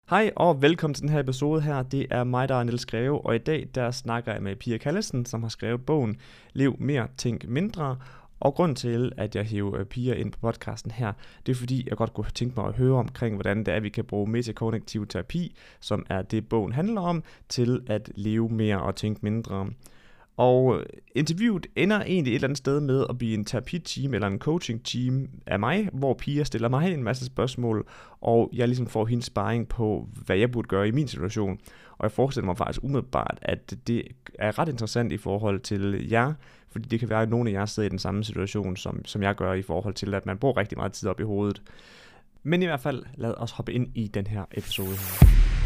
Hej og velkommen til den her episode her. Det er mig, der er Niels Greve, og i dag der snakker jeg med Pia Callesen, som har skrevet bogen Lev mere, tænk mindre. Og grund til, at jeg hiver Pia ind på podcasten her, det er fordi, jeg godt kunne tænke mig at høre omkring, hvordan det er, vi kan bruge metakognitiv terapi, som er det, bogen handler om, til at leve mere og tænke mindre. Og interviewet ender egentlig et eller andet sted med at blive en terapiteam eller en coaching-team af mig, hvor Pia stiller mig en masse spørgsmål, og jeg ligesom får hendes sparring på, hvad jeg burde gøre i min situation. Og jeg forestiller mig faktisk umiddelbart, at det er ret interessant i forhold til jer, fordi det kan være, at nogle af jer sidder i den samme situation, som jeg gør i forhold til, at man bruger rigtig meget tid op i hovedet. Men i hvert fald, lad os hoppe ind i den her episode her.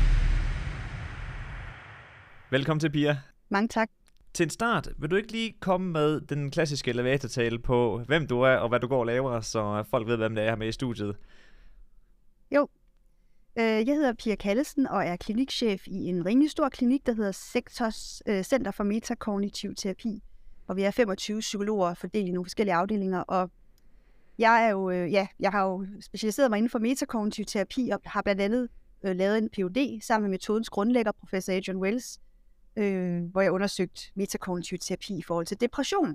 Velkommen til, Pia. Mange tak. Til en start, vil du ikke lige komme med den klassiske elevatortale på, hvem du er og hvad du går og laver, så folk ved, hvem det er her med i studiet? Jo, jeg hedder Pia Callesen og er klinikchef i en rimelig stor klinik, der hedder Sektors Center for Metakognitiv Terapi. Og vi er 25 psykologer fordelt i nogle forskellige afdelinger. Og jeg har jo specialiseret mig inden for metakognitiv terapi og har blandt andet lavet en Ph.D. sammen med metodens grundlægger, professor Adrian Wells, hvor jeg undersøgte metakognitiv terapi i forhold til depression.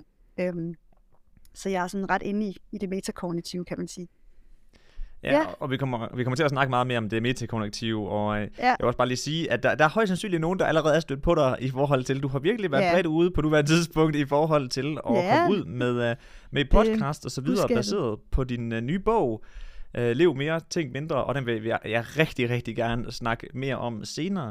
Så jeg er sådan ret inde i det metakognitive, kan man sige. Ja, og vi kommer til at snakke meget mere om det metakognitive, og jeg vil også bare lige sige, at der er højst sandsynligt nogen, der allerede er stødt på dig i forhold til, du har virkelig været bredt ude på nuværende tidspunkt i forhold til at komme ud med podcast og så videre, baseret på din nye bog, Lev mere, tænk mindre, og den vil jeg rigtig, rigtig gerne snakke mere om senere.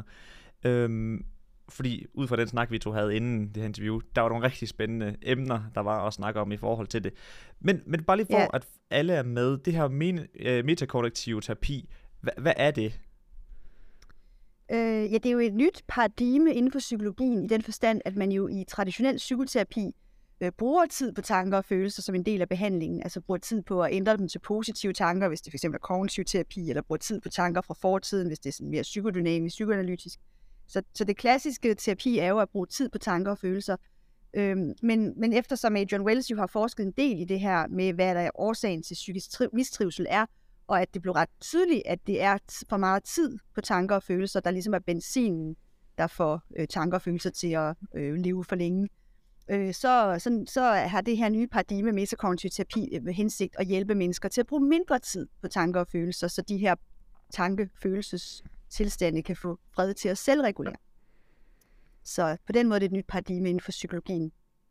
Fordi ud fra den snak, vi to havde inden det her interview, der var nogle rigtig spændende emner, der var at snakke om i forhold til det. Men bare lige for, at alle er med, det her metakognitiv terapi, hvad er det? Det er jo et nyt paradigme inden for psykologien, i den forstand, at man jo i traditionel psykoterapi bruger tid på tanker og følelser som en del af behandlingen. Altså bruger tid på at ændre dem til positive tanker, hvis det f.eks. er kognitiv terapi, eller bruger tid på tanker fra fortiden, hvis det er sådan mere psykodynamisk, psykoanalytisk. Så det klassiske terapi er jo at bruge tid på tanker og følelser. Men eftersom Adrian Wells jo har forsket en del i det her med, hvad der er årsagen til psykisk mistrivsel er, og at det blev ret tydeligt, at det er for meget tid på tanker og følelser, der ligesom er benzinen, der får tanker og følelser til at leve for længe. Så har det her nye paradigme metakognitiv terapi med hensigt at hjælpe mennesker til at bruge mindre tid på tanker og følelser, så de her tanke-følelsestilstande kan få fred til at selvregulere. Så på den måde er det et nyt paradigme inden for psykologien.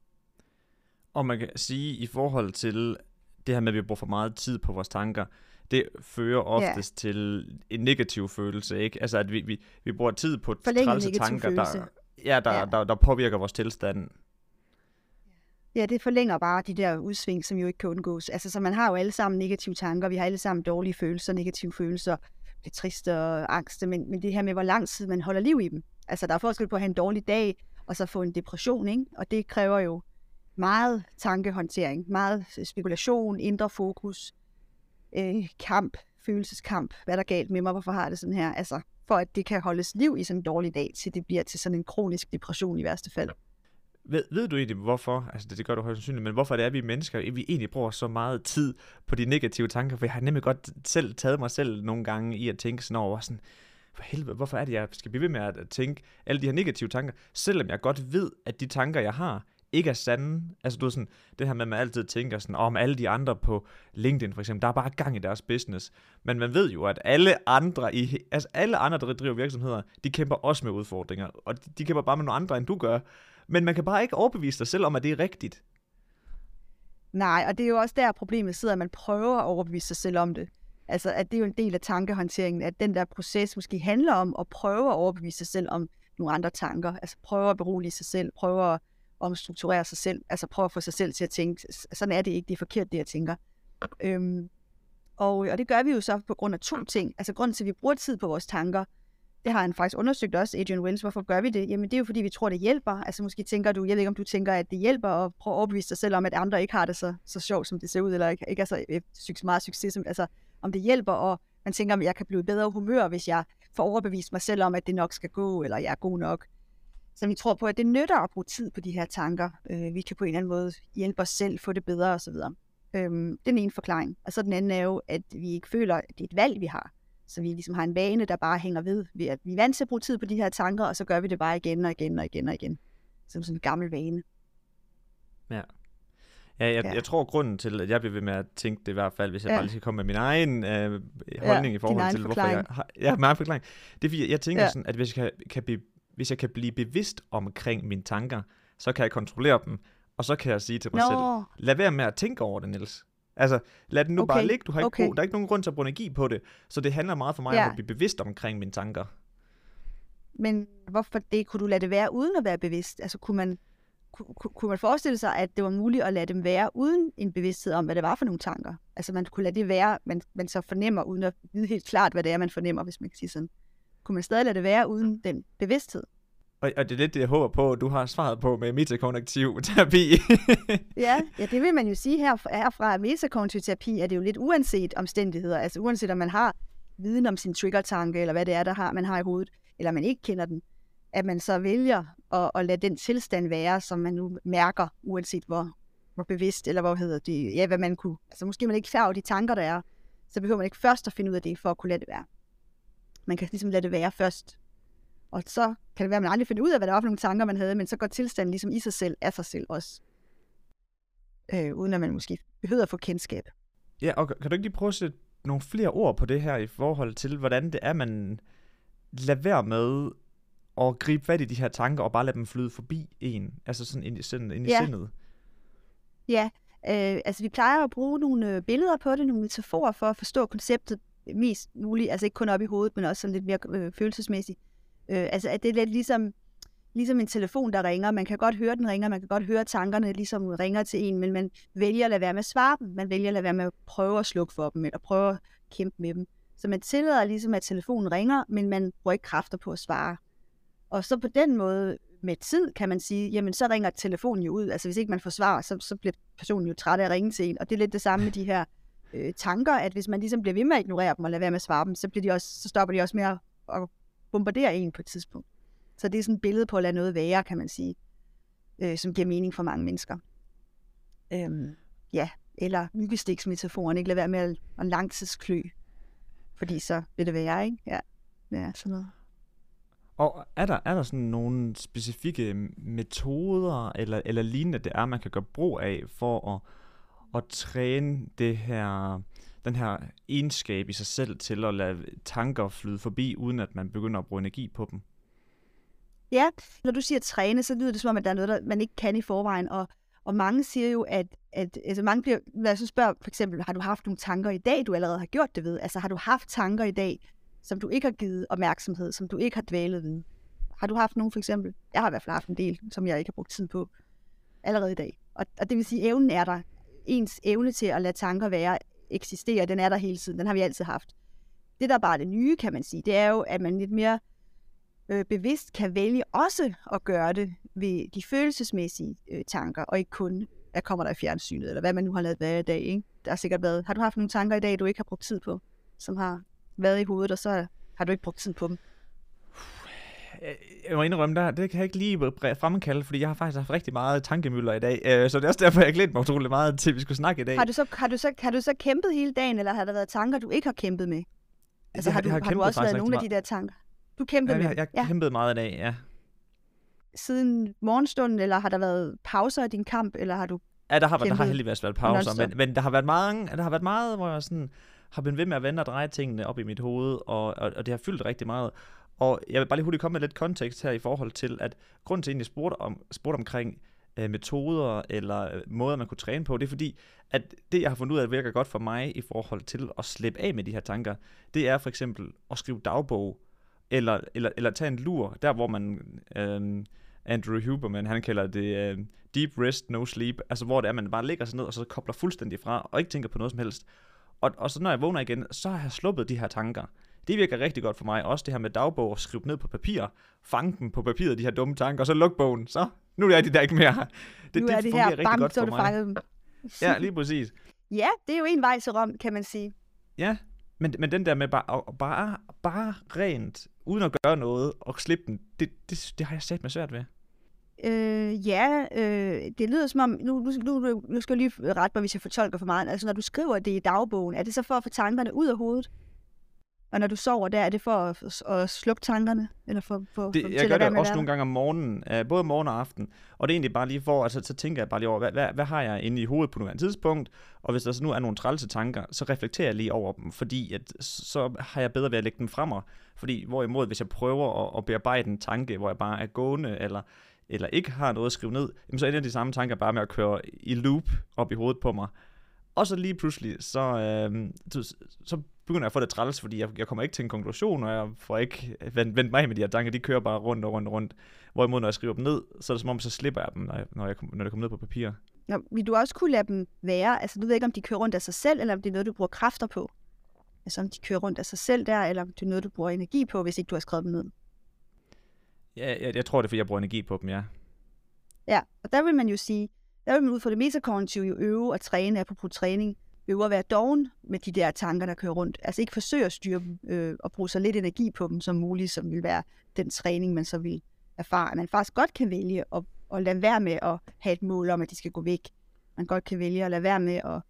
Og man kan sige, i forhold til det her med, at vi bruger for meget tid på vores tanker, det fører oftest til en negativ følelse, ikke? Altså, at vi bruger tid på trælse tanker, der påvirker vores tilstand. Ja, det forlænger bare de der udsving, som jo ikke kan undgås. Altså, så man har jo alle sammen negative tanker, vi har alle sammen dårlige følelser, negative følelser, det triste og angste, men det her med, hvor lang tid man holder liv i dem. Altså, der er forskel på at have en dårlig dag, og så få en depression, ikke? Og det kræver jo meget tankehåndtering, meget spekulation, indre fokus, kamp, følelseskamp. Hvad er der galt med mig? Hvorfor har jeg det sådan her? Altså, for at det kan holdes liv i sådan en dårlig dag, til det bliver til sådan en kronisk depression i værste fald. Ved du egentlig, hvorfor, altså det gør du højst sandsynligt, men hvorfor det er, vi mennesker, vi egentlig bruger så meget tid på de negative tanker? For jeg har nemlig godt selv taget mig selv nogle gange i at tænke sådan over, sådan, for helvede, hvorfor er det, jeg skal blive ved med at tænke alle de her negative tanker, selvom jeg godt ved, at de tanker, jeg har, ikke er sande. Altså du er sådan, det her med, at man altid tænker sådan, om alle de andre på LinkedIn for eksempel, der er bare gang i deres business. Men man ved jo, at alle andre, der driver virksomheder, de kæmper også med udfordringer, og de kæmper bare med nogle andre, end du gør. Men man kan bare ikke overbevise sig selv om, at det er rigtigt. Nej, og det er jo også der problemet sidder, at man prøver at overbevise sig selv om det. Altså, at det er jo en del af tankehåndteringen, at den der proces måske handler om at prøve at overbevise sig selv om nogle andre tanker. Altså prøve at berolige sig selv, prøve at omstrukturere sig selv, altså prøve at få sig selv til at tænke, sådan er det ikke, det er forkert, det jeg tænker. Og det gør vi jo så på grund af to ting. Altså grunden til, at vi bruger tid på vores tanker, det har han faktisk undersøgt også, Adrian Wells. Hvorfor gør vi det? Jamen det er jo fordi, vi tror, det hjælper. Altså måske tænker du, jeg ved ikke, om du tænker, at det hjælper at prøve at overbevise dig selv om, at andre ikke har det så sjovt, som det ser ud, eller ikke er så meget succes. Altså om det hjælper, og man tænker, om jeg kan blive i bedre humør, hvis jeg får overbevist mig selv om, at det nok skal gå, eller jeg er god nok. Så vi tror på, at det nytter at bruge tid på de her tanker. Vi kan på en eller anden måde hjælpe os selv, få det bedre osv. Det er den ene forklaring. Og så den anden er jo, at vi ikke føler, at det er et valg, vi har. Så vi ligesom har en vane, der bare hænger ved at vi er vant til at bruge tid på de her tanker, og så gør vi det bare igen og igen og igen og igen. Som sådan en gammel vane. Ja. Jeg tror, grunden til, at jeg bliver ved med at tænke det i hvert fald, hvis jeg bare lige skal komme med min egen holdning i forhold til, hvorfor jeg har... Ja, min egen forklaring. Det er fordi, jeg tænker sådan, at hvis jeg kan blive bevidst omkring mine tanker, så kan jeg kontrollere dem, og så kan jeg sige til mig selv, lad være med at tænke over det, Niels. Altså, lad den nu bare ligge. Der er ikke nogen grund til at bruge energi på det. Så det handler meget for mig om at blive bevidst omkring mine tanker. Men hvorfor det? Kunne du lade det være uden at være bevidst? Altså, kunne man forestille sig, at det var muligt at lade dem være uden en bevidsthed om, hvad det var for nogle tanker? Altså, man kunne lade det være, man så fornemmer, uden at vide helt klart, hvad det er, man fornemmer, hvis man kan sige sådan. Kunne man stadig lade det være uden den bevidsthed? Og det er lidt det, jeg håber på, at du har svaret på med metakognitiv terapi. ja, det vil man jo sige herfra. Metakognitiv terapi er det jo lidt uanset omstændigheder. Altså uanset om man har viden om sin triggertanke, eller hvad det er, man har i hovedet, eller man ikke kender den, at man så vælger at lade den tilstand være, som man nu mærker, uanset hvor bevidst, eller hvad man kunne. Altså måske man ikke klar over de tanker, der er, så behøver man ikke først at finde ud af det, for at kunne lade det være. Man kan ligesom lade det være først. Og så kan det være, at man aldrig finder ud af, hvad der var for nogle tanker, man havde, men så går tilstanden ligesom i sig selv, af sig selv også. Uden at man måske behøver at få kendskab. Ja, og kan du ikke lige prøve at sætte nogle flere ord på det her, i forhold til, hvordan det er, man lader være med at gribe fat i de her tanker, og bare lade dem flyde forbi en? Altså sådan ind i sindet. Ja, altså vi plejer at bruge nogle billeder på det, nogle metaforer for at forstå konceptet mest muligt. Altså ikke kun op i hovedet, men også sådan lidt mere følelsesmæssigt. Altså at det er lidt ligesom en telefon, der ringer. Man kan godt høre, den ringer, man kan godt høre tankerne ligesom ringer til en, men man vælger at lade være med at svare dem. Man vælger at lade være med at prøve at slukke for dem, eller prøve at kæmpe med dem. Så man tillader ligesom, at telefonen ringer, men man bruger ikke kræfter på at svare. Og så på den måde, med tid, kan man sige, jamen så ringer telefonen jo ud. Altså hvis ikke man får svar, så bliver personen jo træt af at ringe til en. Og det er lidt det samme med de her tanker, at hvis man ligesom bliver ved med at ignorere dem og lade være med at svare dem, så stopper de også med at bombardere en på et tidspunkt. Så det er sådan et billede på at lade noget være, kan man sige, som giver mening for mange mennesker. Eller myggestiksmetaforen, ikke lade være med at langtidsklø, fordi så vil det være, ikke? Ja, sådan noget. Og er der sådan nogle specifikke metoder eller lignende, det er, man kan gøre brug af for at træne den her egenskab i sig selv til at lade tanker flyde forbi, uden at man begynder at bruge energi på dem? Ja, når du siger træne, så lyder det som om, at der er noget, man ikke kan i forvejen, og mange siger jo, at altså mange bliver, lad os spørge for eksempel, har du haft nogle tanker i dag, du allerede har gjort det ved? Altså har du haft tanker i dag, som du ikke har givet opmærksomhed, som du ikke har dvælet ved? Har du haft nogen for eksempel? Jeg har i hvert fald haft en del, som jeg ikke har brugt tid på allerede i dag. Og det vil sige, at evnen er der. Ens evne til at lade tanker eksistere, den er der hele tiden. Den har vi altid haft. Det, der bare er det nye, kan man sige, det er jo, at man lidt mere bevidst kan vælge også at gøre det ved de følelsesmæssige tanker, og ikke kun, hvad kommer der i fjernsynet, eller hvad man nu har lavet være i dag. Ikke? Der har sikkert været, har du haft nogle tanker i dag, du ikke har brugt tid på, som har været i hovedet, og så har du ikke brugt tid på dem? Jeg må indrømme, det kan jeg ikke lige fremkalde, fordi jeg har faktisk haft rigtig meget tankemøller i dag, så det er også derfor, jeg glæder mig utrolig meget til, at vi skulle snakke i dag. Har du så kæmpet hele dagen, eller har der været tanker, du ikke har kæmpet med? Altså har du også været nogle af de der tanker? Du kæmpede med? Jeg kæmpede meget i dag, ja. Siden morgenstunden, eller har der været pauser i din kamp, eller har du der har heldigvis været pauser, men der har været meget, hvor jeg sådan har blevet ved med at vende og dreje tingene op i mit hoved, og det har fyldt rigtig meget. Og jeg vil bare lige hurtigt komme med lidt kontekst her i forhold til, at grunden til, at jeg spurgte omkring metoder eller måder, man kunne træne på, det er fordi, at det, jeg har fundet ud af, virker godt for mig i forhold til at slippe af med de her tanker, det er for eksempel at skrive dagbog, eller tage en lur, der hvor man, Andrew Huberman, han kalder det deep rest, no sleep, altså hvor det er, man bare ligger sig ned, og så kobler fuldstændig fra, og ikke tænker på noget som helst. Og så når jeg vågner igen, så har jeg sluppet de her tanker. Det virker rigtig godt for mig. Også det her med dagbog, og skrive ned på papir, fange dem på papiret, de her dumme tanker, og så lukke bogen. Så, nu er de der ikke mere. Det fungerer rigtig godt for mig. Ja, lige præcis. Ja, det er jo en vej til Rom, kan man sige. Ja, men den der med bare rent, uden at gøre noget, og slippe den, det har jeg sat mig svært ved. Det lyder som om, nu skal jeg lige rette mig, hvis jeg fortolker for meget. Altså, når du skriver det i dagbogen, er det så for at få tankerne ud af hovedet? Og når du sover der, er det for at slukke tankerne? Eller jeg gør det også nogle gange om morgenen, både morgen og aften. Og det er egentlig bare lige for, altså så tænker jeg bare lige over, hvad har jeg inde i hovedet på nuværende tidspunkt? Og hvis der så nu er nogle trælse tanker, så reflekterer jeg lige over dem, fordi at, så har jeg bedre ved at lægge dem frem. Fordi hvorimod, hvis jeg prøver at bearbejde en tanke, hvor jeg bare er gående, eller ikke har noget at skrive ned, så ender de samme tanker bare med at køre i loop op i hovedet på mig. Og så lige pludselig, så begynder jeg at få det træls, fordi jeg kommer ikke til en konklusion, og jeg får ikke vendt mig med de her tanker, de kører bare rundt. Hvorimod, når jeg skriver dem ned, så er det som om, så slipper jeg dem, når det kommer ned på papir. Nå, vil du også kunne lade dem være, altså du ved ikke, om de kører rundt af sig selv, eller om det er noget, du bruger kræfter på? Altså om de kører rundt af sig selv der, eller om det er noget, du bruger energi på, hvis ikke du har skrevet dem ned? Ja, jeg tror det er, fordi jeg bruger energi på dem, ja. Ja, og der vil man jo sige, der vil man ud fra det metakognitive jo øve og træne, apropos træning, øve at være doven med de der tanker, der kører rundt. Altså ikke forsøge at styre dem og bruge så lidt energi på dem som muligt, som vil være den træning, man så vil erfare. At man faktisk godt kan vælge at lade være med at have et mål om, at de skal gå væk. Man godt kan vælge at lade være med at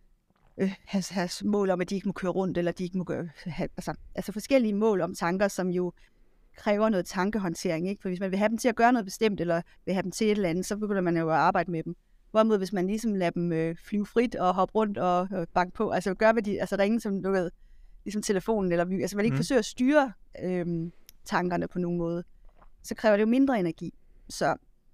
have mål om, at de ikke må køre rundt, eller de ikke må have altså forskellige mål om tanker, som jo kræver noget tankehåndtering, ikke? For hvis man vil have dem til at gøre noget bestemt, eller vil have dem til et eller andet, så begynder man jo at arbejde med dem. Hvorimod, hvis man ligesom lader dem flyve frit og hoppe rundt og banke på, altså gør hvad de, altså ringe som du ved, ligesom telefonen, eller altså man ikke forsøger at styre tankerne på nogen måde, så kræver det jo mindre energi. Så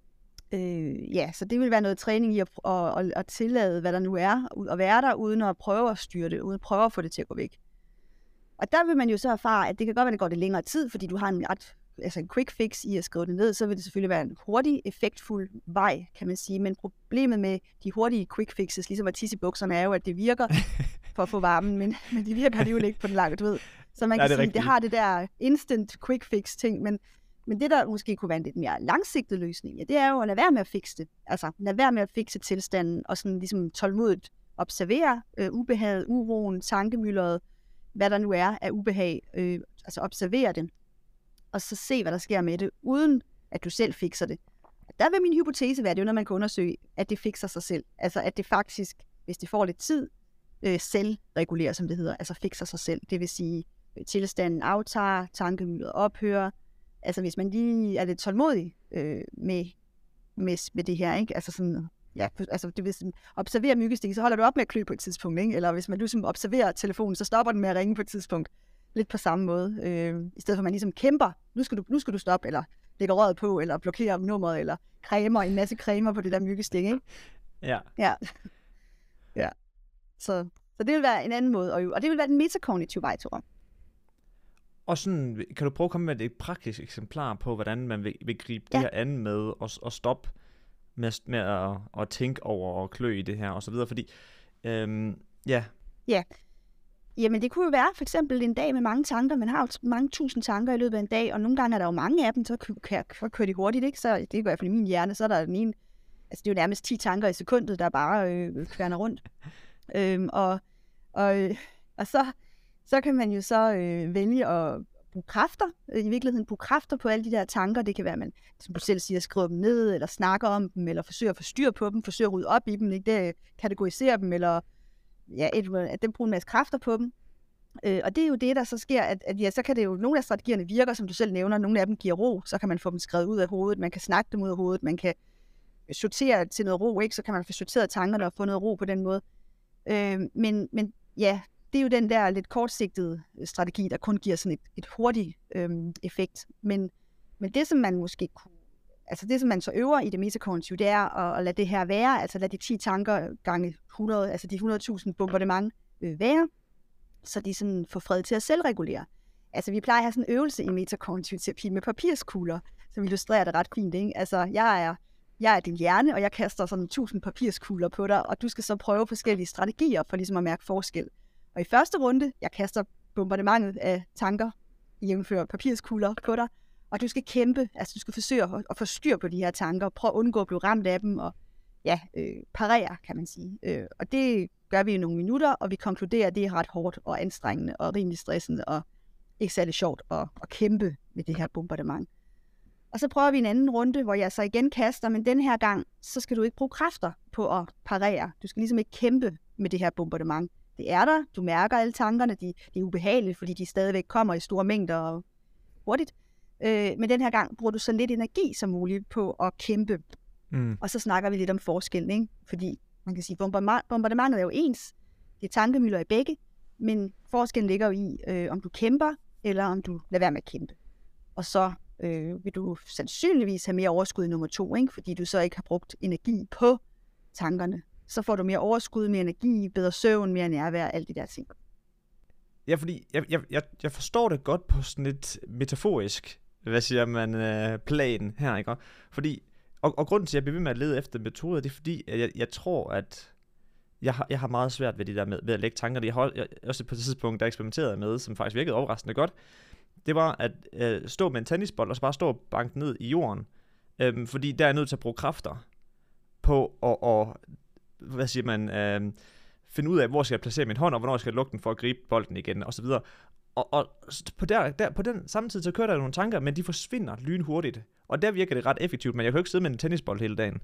så det vil være noget træning i at tillade, hvad der nu er, at være der, uden at prøve at styre det, uden at prøve at få det til at gå væk. Og der vil man jo så erfare, at det kan godt være, at det går det længere tid, fordi du har en quick fix i at skrive det ned, så vil det selvfølgelig være en hurtig, effektfuld vej, kan man sige. Men problemet med de hurtige quick fixes, ligesom at tisse i bukserne, er jo, at det virker for at få varmen, men det virker alligevel ikke på den lange, du ved. Så man kan sige, det har det der instant quick fix ting, men det, der måske kunne være en lidt mere langsigtet løsning, ja, det er jo at lade være med at fikse det. Altså, lade være med at fikse tilstanden, og sådan ligesom tålmodigt observere ubehaget, uroen, tankemylderet, hvad der nu er af ubehag, altså observere det, og så se, hvad der sker med det, uden at du selv fikser det. Der vil min hypotese være, det er jo noget, man kan undersøge, at det fikser sig selv. Altså, at det faktisk, hvis det får lidt tid, selvregulerer, som det hedder, altså fikser sig selv. Det vil sige, tilstanden aftager, tankemylderet ophører. Altså, hvis man lige er lidt tålmodig med det her, ikke? Altså sådan, ja, altså det vil observere myggestik, så holder du op med at klø på et tidspunkt, ikke? Eller hvis man ligesom observerer telefonen, så stopper den med at ringe på et tidspunkt. Lidt på samme måde. I stedet for at man ligesom kæmper, nu skal du stoppe, eller lægger røret på, eller blokerer nummeret, eller cremer en masse cremer på det der myggestik, ikke? Ja. Ja. Så det vil være en anden måde at øve, og det vil være den metakognitive vej, tror jeg. Og sådan, kan du prøve at komme med et praktisk eksemplar på, hvordan man vil gribe det her an med at stoppe med at tænke over og klø i det her, og så videre, fordi, Ja, jamen det kunne jo være for eksempel en dag med mange tanker. Man har jo mange tusind tanker i løbet af en dag, og nogle gange er der jo mange af dem, så kører de hurtigt, ikke? Så det er i hvert fald i min hjerne, så er der den ene, altså det er jo nærmest 10 tanker i sekundet, der bare kværner rundt. Og så kan man jo så vælge at bruge kræfter, i virkeligheden bruge kræfter på alle de der tanker. Det kan være, at man, som du selv siger, skriver dem ned, eller snakker om dem, eller forsøger at få styr på dem, forsøger at rydde op i dem, ikke? Det kategorisere dem, eller at den bruger en masse kræfter på dem. Og det er jo det, der så sker, at så kan det jo, nogle af strategierne virker, som du selv nævner, nogle af dem giver ro, så kan man få dem skrevet ud af hovedet, man kan snakke dem ud af hovedet, man kan sortere til noget ro, ikke? Så kan man få sorteret tankerne og få noget ro på den måde. Men ja, det er jo den der lidt kortsigtede strategi, der kun giver sådan et hurtigt effekt. Men det, som man måske kunne, altså det, som man så øver i det metakognitive, det er at lade det her være, altså lade de 10 tanker gange 100, altså de 100.000 bombardement være, så de sådan får fred til at selvregulere. Altså vi plejer at have sådan en øvelse i metakognitiv terapi med papirskugler, som illustrerer det ret fint, ikke? Altså jeg er din hjerne, og jeg kaster sådan 1000 papirskugler på dig, og du skal så prøve forskellige strategier for ligesom at mærke forskel. Og i første runde, jeg kaster bombardementet af tanker, jævnfører papirskugler på dig, og du skal kæmpe, altså du skal forsøge at få styr på de her tanker, prøve at undgå at blive ramt af dem, og parere, kan man sige. Og det gør vi i nogle minutter, og vi konkluderer, at det er ret hårdt og anstrengende, og rimelig stressende, og ikke særlig sjovt at kæmpe med det her bombardement. Og så prøver vi en anden runde, hvor jeg så igen kaster, men den her gang, så skal du ikke bruge kræfter på at parere. Du skal ligesom ikke kæmpe med det her bombardement. Det er der. Du mærker alle tankerne. Det er ubehageligt, fordi de stadigvæk kommer i store mængder og hurtigt. Men den her gang bruger du så lidt energi som muligt på at kæmpe. Og så snakker vi lidt om forskellen, ikke? Fordi man kan sige, bombardementet er jo ens. Det er tankemylder i begge, men forskellen ligger jo i, om du kæmper, eller om du lader være med at kæmpe. Og så vil du sandsynligvis have mere overskud i nummer 2, ikke? Fordi du så ikke har brugt energi på tankerne. Så får du mere overskud, mere energi, bedre søvn, mere nærvær, alt det der ting. Ja, fordi jeg forstår det godt på sådan et metaforisk, hvad siger man, plan her, ikke? Fordi, og grunden til, at jeg bliver ved med at lede efter metoder, det er fordi, at jeg tror, at jeg har meget svært ved det der med at lægge tanker. Jeg har også på et tidspunkt, der eksperimenterede med, som faktisk virkede overraskende godt. Det var at stå med en tennisbold, og så bare stå og banke ned i jorden. Fordi der er jeg nødt til at bruge kræfter på at hvad siger man, finde ud af, hvor skal jeg placere min hånd, og hvornår skal jeg lukke den for at gribe bolden igen, og så videre. Og på den samme tid, så kører der nogle tanker, men de forsvinder lynhurtigt. Og der virker det ret effektivt, men jeg kan jo ikke sidde med en tennisbold hele dagen.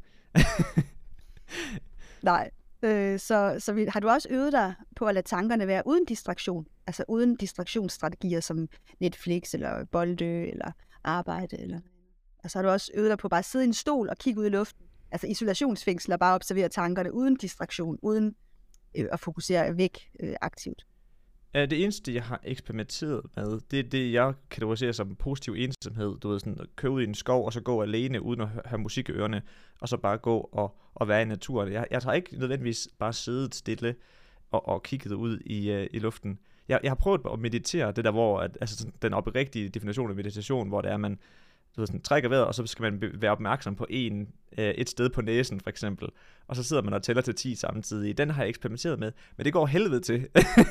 Nej. Har du også øvet dig på at lade tankerne være uden distraktion? Altså uden distraktionsstrategier som Netflix, eller bolde, eller arbejde, eller... Altså har du også øvet dig på bare at sidde i en stol og kigge ud i luften? Altså isolationsfængsel og bare observere tankerne uden distraktion, uden at fokusere væk aktivt. Det eneste, jeg har eksperimenteret med, det er det, jeg kategoriserer som positiv ensomhed. Du ved, sådan at køre ud i en skov, og så gå alene, uden at have musik i ørerne, og så bare gå og være i naturen. Jeg har ikke nødvendigvis bare siddet stille og kigget ud i luften. Jeg har prøvet at meditere, det der, hvor altså den oprigtige definition af meditation, hvor det er, man sådan, trækker vejret, og så skal man være opmærksom på et sted på næsen, for eksempel. Og så sidder man og tæller til 10 samtidig. Den har jeg eksperimenteret med, men det går helvede til.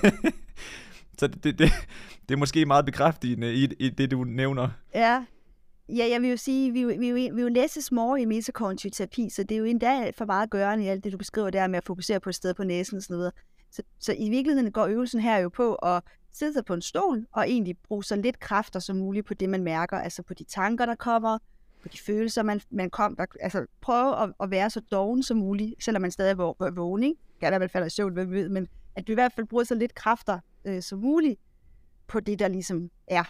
Så det er måske meget bekræftende i det, du nævner. Ja, jeg vil jo sige, vi er jo læses more i metakognitiv terapi, så det er jo endda for meget gørende i alt det, du beskriver der med at fokusere på et sted på næsen og sådan noget. Så i virkeligheden går øvelsen her jo på at sidde sig på en stol og egentlig bruge så lidt kræfter som muligt på det, man mærker, altså på de tanker, der kommer, på de følelser, man kommer. Altså prøve at være så doven som muligt, selvom man stadig er vågen, ikke? Jeg i hvert fald falder i søvn, men at du i hvert fald bruger så lidt kræfter som muligt på det, der ligesom er.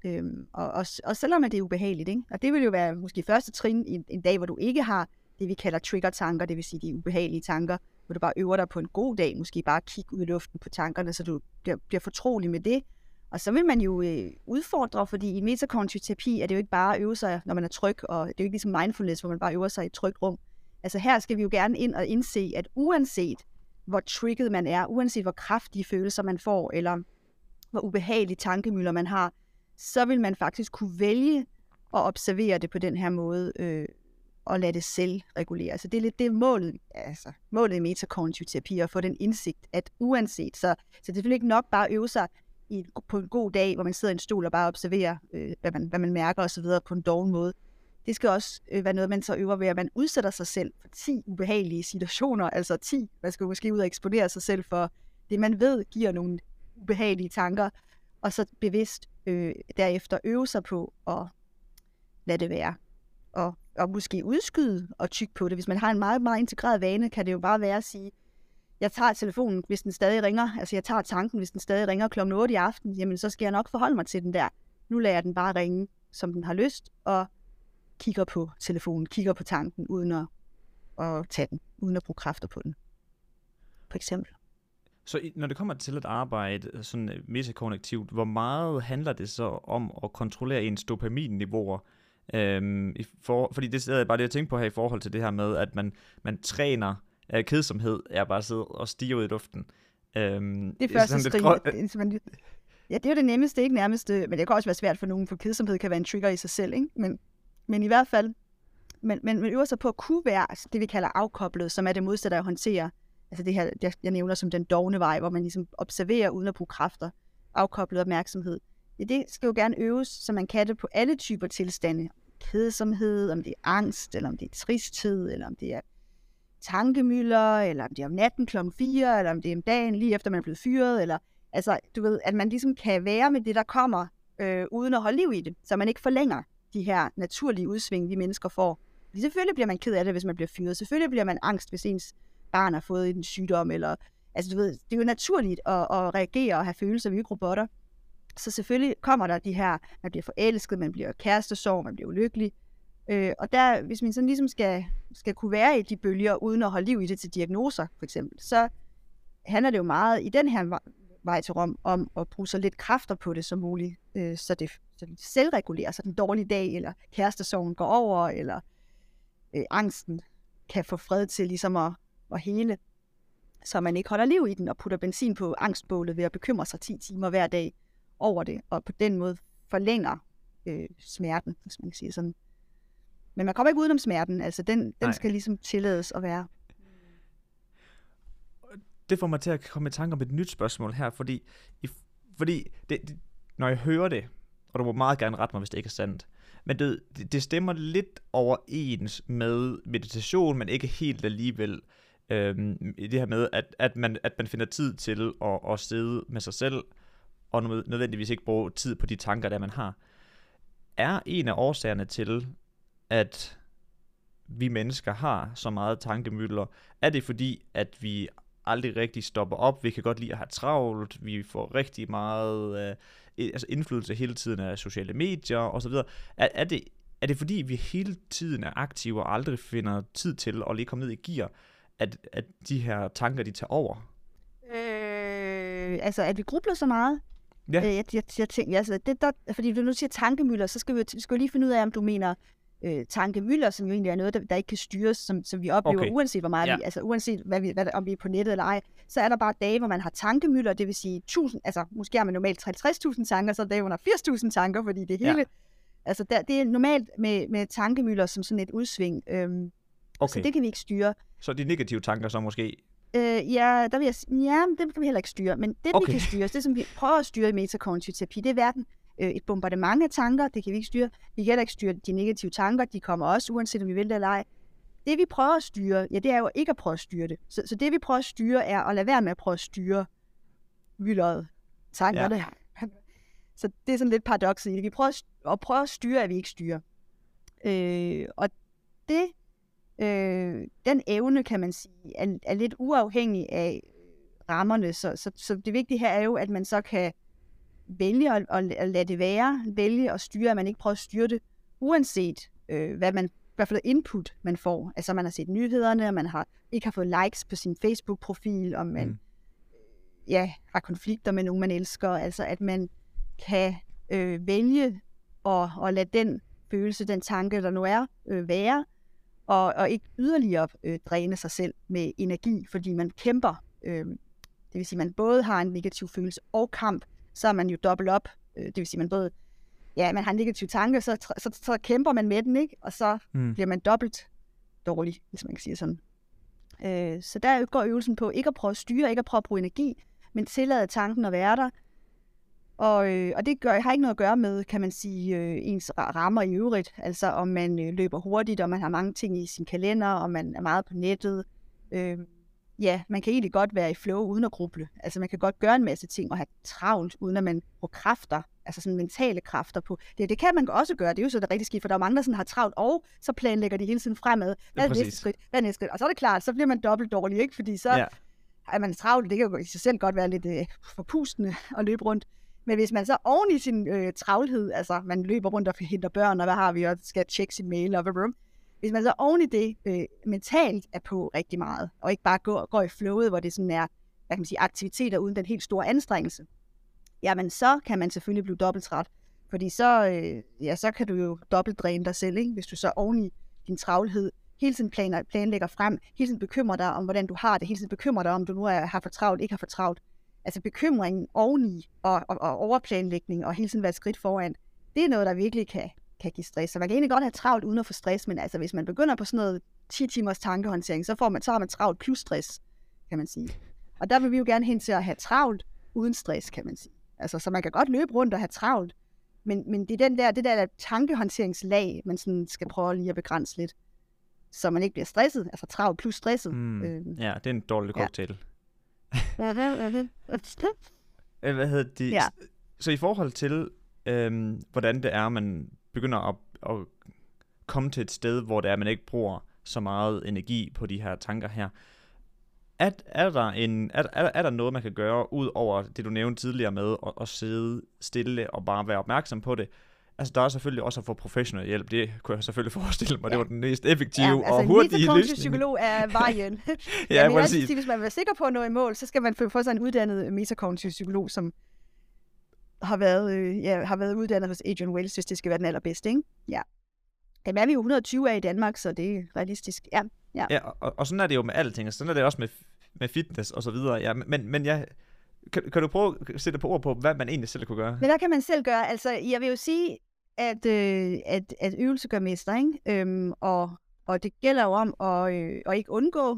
Og selvom det er ubehageligt, ikke? Og det vil jo være måske første trin i en dag, hvor du ikke har det, vi kalder trigger-tanker, det vil sige de ubehagelige tanker, hvor du bare øver dig på en god dag, måske bare kigge ud i luften på tankerne, så du bliver fortrolig med det. Og så vil man jo udfordre, fordi i metakognitiv terapi er det jo ikke bare at øve sig, når man er tryg, og det er jo ikke ligesom mindfulness, hvor man bare øver sig i et trygt rum. Altså her skal vi jo gerne ind og indse, at uanset hvor trigget man er, uanset hvor kraftige følelser man får, eller hvor ubehagelige tankemylder man har, så vil man faktisk kunne vælge at observere det på den her måde, og lade det selv regulere. Så det er lidt det målet i metakognitiv terapi, at få den indsigt, at uanset, så det er selvfølgelig ikke nok bare at øve sig på en god dag, hvor man sidder i en stol og bare observerer, hvad man mærker osv. på en doven måde. Det skal også være noget, man så øver ved, at man udsætter sig selv for 10 ubehagelige situationer, altså 10, man skal måske ud og eksponere sig selv for det, man ved giver nogle ubehagelige tanker, og så bevidst derefter øve sig på at lade det være. Og måske udskyde og tykke på det. Hvis man har en meget, meget integreret vane, kan det jo bare være at sige, jeg tager telefonen, hvis den stadig ringer, altså jeg tager tanken, hvis den stadig ringer kl. 8 i aften, jamen så skal jeg nok forholde mig til den der. Nu lader jeg den bare ringe, som den har lyst, og kigger på telefonen, kigger på tanken, uden at tage den, uden at bruge kræfter på den. For eksempel. Så når det kommer til at arbejde sådan metakognitivt, hvor handler det så om at kontrollere ens dopaminniveauer? Fordi det er bare det, jeg tænker på her i forhold til det her med, at man træner kedsomhed, er bare at sidde og stige ud i luften. Det første skridt. Ja, det er jo det nemmeste, ikke nærmeste, men det kan også være svært for nogen, for kedsomhed kan være en trigger i sig selv, ikke? Men i hvert fald, man øver sig på at kunne være det, vi kalder afkoblet, som er det modsatte af at håndtere. Altså det her, jeg nævner som den dovne vej, hvor man ligesom observerer uden at bruge kræfter, afkoblet opmærksomhed. Ja, det skal jo gerne øves, så man kan det på alle typer tilstande. Kedsomhed, om det er angst, eller om det er tristhed, eller om det er tankemylder, eller om det er om natten kl. 4, eller om det er om dagen lige efter man er blevet fyret, eller altså, du ved, at man ligesom kan være med det, der kommer, uden at holde liv i det, så man ikke forlænger de her naturlige udsving, vi mennesker får. Selvfølgelig bliver man ked af det, hvis man bliver fyret. Selvfølgelig bliver man angst, hvis ens barn har fået en sygdom, eller Altså du ved, det er jo naturligt at reagere og have følelser, vi er ikke robotter. Så selvfølgelig kommer der de her, man bliver forelsket, man bliver kærestesorg, man bliver ulykkelig. Og der, hvis man sådan ligesom skal kunne være i de bølger, uden at holde liv i det til diagnoser, for eksempel, så handler det jo meget i den her vej til Rom om at bruge så lidt kræfter på det som muligt, så det selvregulerer, så den dårlige dag, eller kærestesorgen går over, eller angsten kan få fred til ligesom at hele, så man ikke holder liv i den og putter benzin på angstbålet ved at bekymre sig 10 timer hver dag over det, og på den måde forlænger smerten, hvis man kan sige sådan. Men man kommer ikke udenom smerten, altså den skal ligesom tillades at være. Det får mig til at komme i tanke om et nyt spørgsmål her, fordi det, når jeg hører det, og du må meget gerne rette mig, hvis det ikke er sandt, men det stemmer lidt overens med meditation, men ikke helt alligevel. I det her med, at man finder tid til at sidde med sig selv, og nødvendigvis ikke bruge tid på de tanker, der man har. Er en af årsagerne til, at vi mennesker har så meget tankemylder, er det fordi, at vi aldrig rigtig stopper op? Vi kan godt lide at have travlt, vi får rigtig meget indflydelse hele tiden af sociale medier osv. Er det fordi, vi hele tiden er aktive og aldrig finder tid til at lige komme ned i gear, at de her tanker, de tager over? Altså, at vi grubler så meget? Ja. Jeg tænker, altså, fordi du nu siger tankemylder, så skal vi lige finde ud af, om du mener tankemylder, som jo egentlig er noget, der ikke kan styres, som vi oplever, uanset hvor meget vi, altså uanset om vi er på nettet eller ej, så er der bare dage, hvor man har tankemylder, det vil sige 1000, altså måske har man normalt 50.000 tanker, så er der dage, hvor man har 80.000 tanker, fordi det hele, altså det er normalt med tankemylder som sådan et udsving, så det kan vi ikke styre. Så de negative tanker så måske? Der vil jeg sige, det kan vi heller ikke styre, men det vi kan styre, det som vi prøver at styre i metakognitiv terapi, det er hverken et bombardement af tanker, det kan vi ikke styre. Vi kan heller ikke styre de negative tanker, de kommer også, uanset om vi vil det eller ej. Det vi prøver at styre, det er jo ikke at prøve at styre det. Så det vi prøver at styre, er at lade være med at prøve at styre myldret tankerne. Ja. Så det er sådan lidt paradokset i det. Vi prøver at styre, at vi ikke styrer. Og det, den evne, kan man sige, er lidt uafhængig af rammerne. Så det vigtige her er jo, at man så kan vælge at lade det være, vælge at styre, at man ikke prøver at styre det, uanset hvad for input man får. Altså man har set nyhederne, og man ikke har fået likes på sin Facebook-profil, og man har konflikter med nogen, man elsker. Altså at man kan vælge at lade den følelse, den tanke, der nu er, være, og ikke yderligere dræne sig selv med energi, fordi man kæmper. Det vil sige, at man både har en negativ følelse og kamp, så er man jo dobbelt op. Det vil sige, man både, man har en negativ tanke, så kæmper man med den, ikke? Og så bliver man dobbelt dårlig, hvis man kan sige sådan. Så der går øvelsen på ikke at prøve at styre, ikke at prøve at bruge energi, men tillade tanken at være der. Og det har ikke noget at gøre med, kan man sige, ens rammer i øvrigt. Altså om man løber hurtigt, og man har mange ting i sin kalender, og man er meget på nettet. Man kan egentlig godt være i flow uden at gruble. Altså man kan godt gøre en masse ting og have travlt, uden at man bruger kræfter, altså sådan mentale kræfter på. Det kan man også gøre, det er jo så det rigtig skidt, for der er mange, der sådan har travlt, og så planlægger de hele tiden fremad. Hvad er det næste skridt? Hvad er næste skridt? Og så er det klart, så bliver man dobbelt dårlig, ikke? Fordi så er man travlt, det kan jo i sig selv godt være lidt forpustende at løbe rundt. Men hvis man så oven i sin travlhed, altså man løber rundt og henter børn, og hvad har vi, og skal tjekke sin mail, og hvis man så oven i det mentalt er på rigtig meget, og ikke bare går i flowet, hvor det sådan er, hvad kan man sige, aktiviteter uden den helt store anstrengelse, jamen så kan man selvfølgelig blive dobbelt træt. Fordi så kan du jo dobbelt dræne dig selv, ikke? Hvis du så oven i din travlhed hele tiden planlægger frem, hele tiden bekymrer dig om, hvordan du har det, hele tiden bekymrer dig om, du nu har for travlt, ikke har for travlt. Altså bekymringen oveni og overplanlægning og hele tiden være et skridt foran, det er noget, der virkelig kan give stress. Så man kan egentlig godt have travlt uden at få stress, men altså hvis man begynder på sådan noget 10 timers tankehåndtering, så har man travlt plus stress, kan man sige. Og der vil vi jo gerne hen til at have travlt uden stress, kan man sige. Altså så man kan godt løbe rundt og have travlt, men det er det der tankehåndteringslag, man sådan skal prøve lige at begrænse lidt, så man ikke bliver stresset, altså travlt plus stresset. Ja, det er en dårlig cocktail. Hvad hedder det? Ja. Så i forhold til, hvordan det er, man begynder at komme til et sted, hvor det er, man ikke bruger så meget energi på de her tanker her, Er der noget, man kan gøre, ud over det, du nævnte tidligere med, at sidde stille og bare være opmærksom på det? Altså, der er selvfølgelig også at få professionel hjælp. Det kunne jeg selvfølgelig forestille mig, det var den mest effektive og hurtige løsning. En psykolog er vejen. Ja, men sige, hvis man vil være sikker på at nå i mål, så skal man få sig en uddannet metakognitiv psykolog, som har været uddannet hos Adrian Wells, hvis det skal være den allerbedste, ikke? Ja. Dem er vi jo 120 af i Danmark, så det er realistisk. Ja, og sådan er det jo med alting, og sådan er det også med fitness og så videre. Ja, men kan du prøve at sætte på ord på, hvad man egentlig selv kunne gøre? Men hvad kan man selv gøre? Altså, jeg vil jo sige, at øvelse gør mester, ikke? Og det gælder jo om at ikke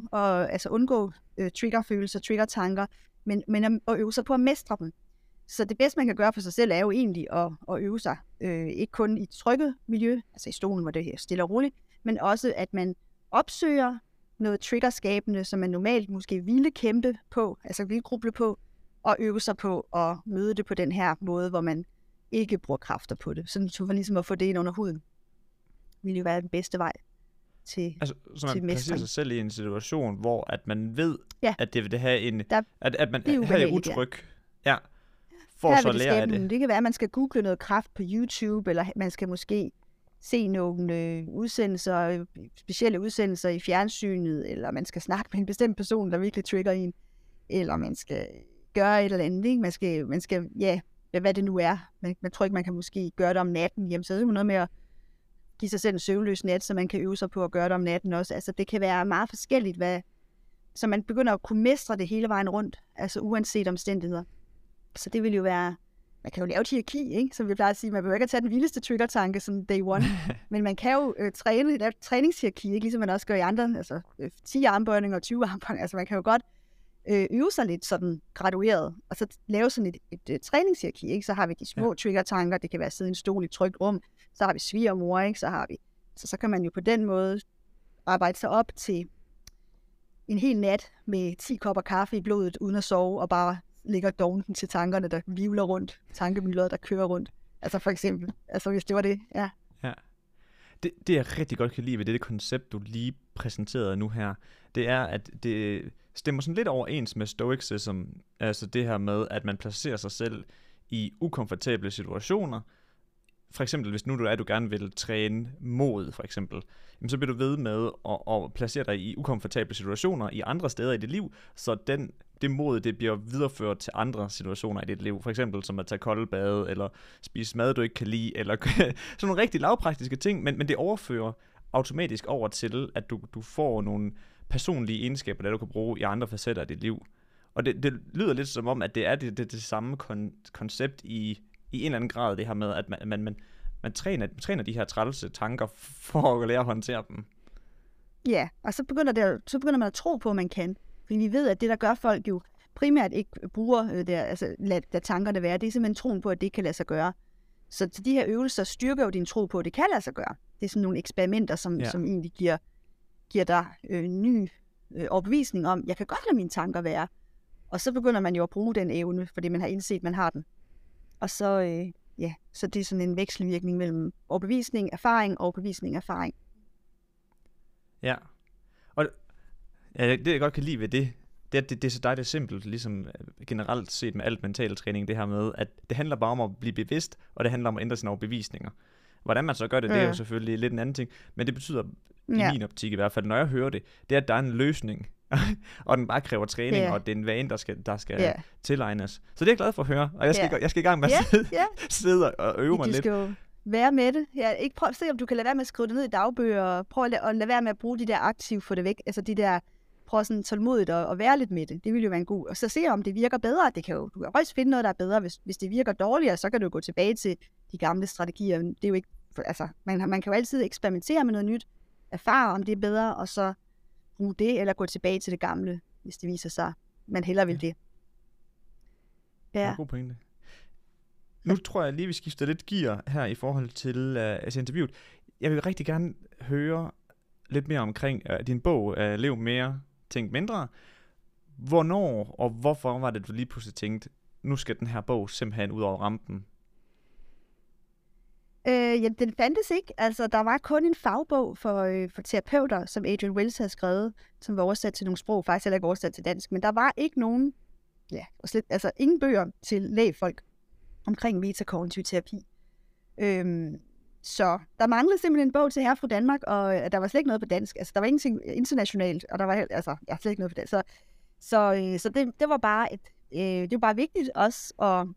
undgå triggerfølelser, triggertanker, men at øve sig på at mestre dem. Så det bedste, man kan gøre for sig selv, er jo egentlig at øve sig. Ikke kun i et trygget miljø, altså i stolen, hvor det er stille og roligt, men også, at man opsøger noget triggerskabende, som man normalt måske ville kæmpe på, altså ville gruble på, og øve sig på at møde det på den her måde, hvor man ikke bruger kræfter på det. Sådan for ligesom at få det ind under huden, vil jo være den bedste vej til altså, så man placerer sig selv i en situation, hvor at man ved, ja, at det vil have en... at man er utryg. Ja. For så at lære af det. Det kan være, at man skal google noget kræft på YouTube, eller man skal måske se nogle udsendelser, specielle udsendelser i fjernsynet, eller man skal snakke med en bestemt person, der virkelig trigger en, eller man skal gøre et eller andet, ikke? Man skal ja, hvad det nu er. Man tror ikke, man kan måske gøre det om natten. Jamen, så er det jo noget med at give sig selv en søvnløs nat, så man kan øve sig på at gøre det om natten også. Altså, det kan være meget forskelligt, så man begynder at kunne mestre det hele vejen rundt, altså uanset omstændigheder. Så det vil jo være, man kan jo lave et hierarki, ikke? Som vi plejer at sige, man behøver ikke at tage den vildeste trigger-tanke som day one, men man kan jo træne et træningshierarki, ikke? Ligesom man også gør i andre, altså 10 armbøjninger og 20 armbøjninger, altså man kan jo godt øve sig lidt sådan gradueret, og så lave sådan et træningshierarki, ikke? Så har vi de små trigger-tanker, det kan være at sidde i en stol i et trygt rum, så har vi svigermor, ikke? Så kan man jo på den måde arbejde sig op til en hel nat med 10 kopper kaffe i blodet, uden at sove, og bare ligger dovnen til tankerne, der vivler rundt, tankemylder, der kører rundt. Altså for eksempel, altså hvis det var det, ja. Ja. Det jeg rigtig godt kan lide ved det koncept, du lige præsenterede nu her, det er, at det stemmer sådan lidt overens med stoicism, altså det her med, at man placerer sig selv i ukomfortable situationer. For eksempel, hvis nu du gerne vil træne mod, for eksempel, så bliver du ved med at placere dig i ukomfortable situationer i andre steder i dit liv, så det mod, det bliver videreført til andre situationer i dit liv. For eksempel som at tage kolde bade, eller spise mad, du ikke kan lide, eller sådan nogle rigtig lavpraktiske ting, men det overfører automatisk over til, at du får nogle personlige egenskaber, der du kan bruge i andre facetter af dit liv. Og det lyder lidt som om, at det er det samme koncept i en eller anden grad, det her med, at man træner de her trælse tanker for at lære at håndtere dem. Ja, og så begynder man at tro på, at man kan. Fordi vi ved, at det, der gør folk jo primært ikke bruger lad tankerne være, det er simpelthen troen på, at det kan lade sig gøre. Så de her øvelser styrker jo din tro på, at det kan lade sig gøre. Det er sådan nogle eksperimenter, som egentlig giver dig ny overbevisning om, jeg kan godt lade mine tanker være. Og så begynder man jo at bruge den evne, fordi man har indset, man har den. Og så, så det er sådan en vekselvirkning mellem overbevisning, erfaring. Ja, og det jeg godt kan lide ved det er så dejligt simpelt, ligesom generelt set med alt mental træning, det her med, at det handler bare om at blive bevidst, og det handler om at ændre sine overbevisninger. Hvordan man så gør det, det er jo selvfølgelig lidt en anden ting, men det betyder, i min optik i hvert fald, når jeg hører det, det er, at der er en løsning, og den bare kræver træning, og det er en vane, der skal tilegnes. Så det er jeg glad for at høre, og jeg skal i gang med at sidde og øve mig lidt. Du skal jo være med det. Ikke prøv at se, om du kan lade være med at skrive det ned i dagbøger, og prøv at lade være med at bruge de der aktive, få det væk, altså de der, prøv sådan tålmodigt at være lidt med det. Det vil jo være en god, og så se, om det virker bedre. Du kan også finde noget, der er bedre. Hvis det virker dårligere, så kan du gå tilbage til de gamle strategier. Det er jo ikke, altså, man kan jo altid eksperimentere med noget nyt, erfare, om det er bedre, og så bruge det, eller gå tilbage til det gamle, hvis det viser sig, man hellere vil det. Ja. Det er en god pointe. Nu tror jeg lige, vi skifter lidt gear her i forhold til interviewet. Jeg vil rigtig gerne høre lidt mere omkring din bog, Lev mere, tænk mindre. Hvornår og hvorfor var det, du lige pludselig tænkte, nu skal den her bog simpelthen ud over rampen? Ja, den fandtes ikke. Altså, der var kun en fagbog for terapeuter, som Adrian Wells havde skrevet, som var oversat til nogle sprog, faktisk heller ikke oversat til dansk, men der var ikke nogen, ingen bøger til lægfolk omkring metakognitiv terapi. Så der manglede simpelthen en bog til herre fra Danmark, og der var slet ikke noget på dansk. Altså, der var ingenting internationalt, og der var slet ikke noget på dansk. Så det var bare det var bare vigtigt også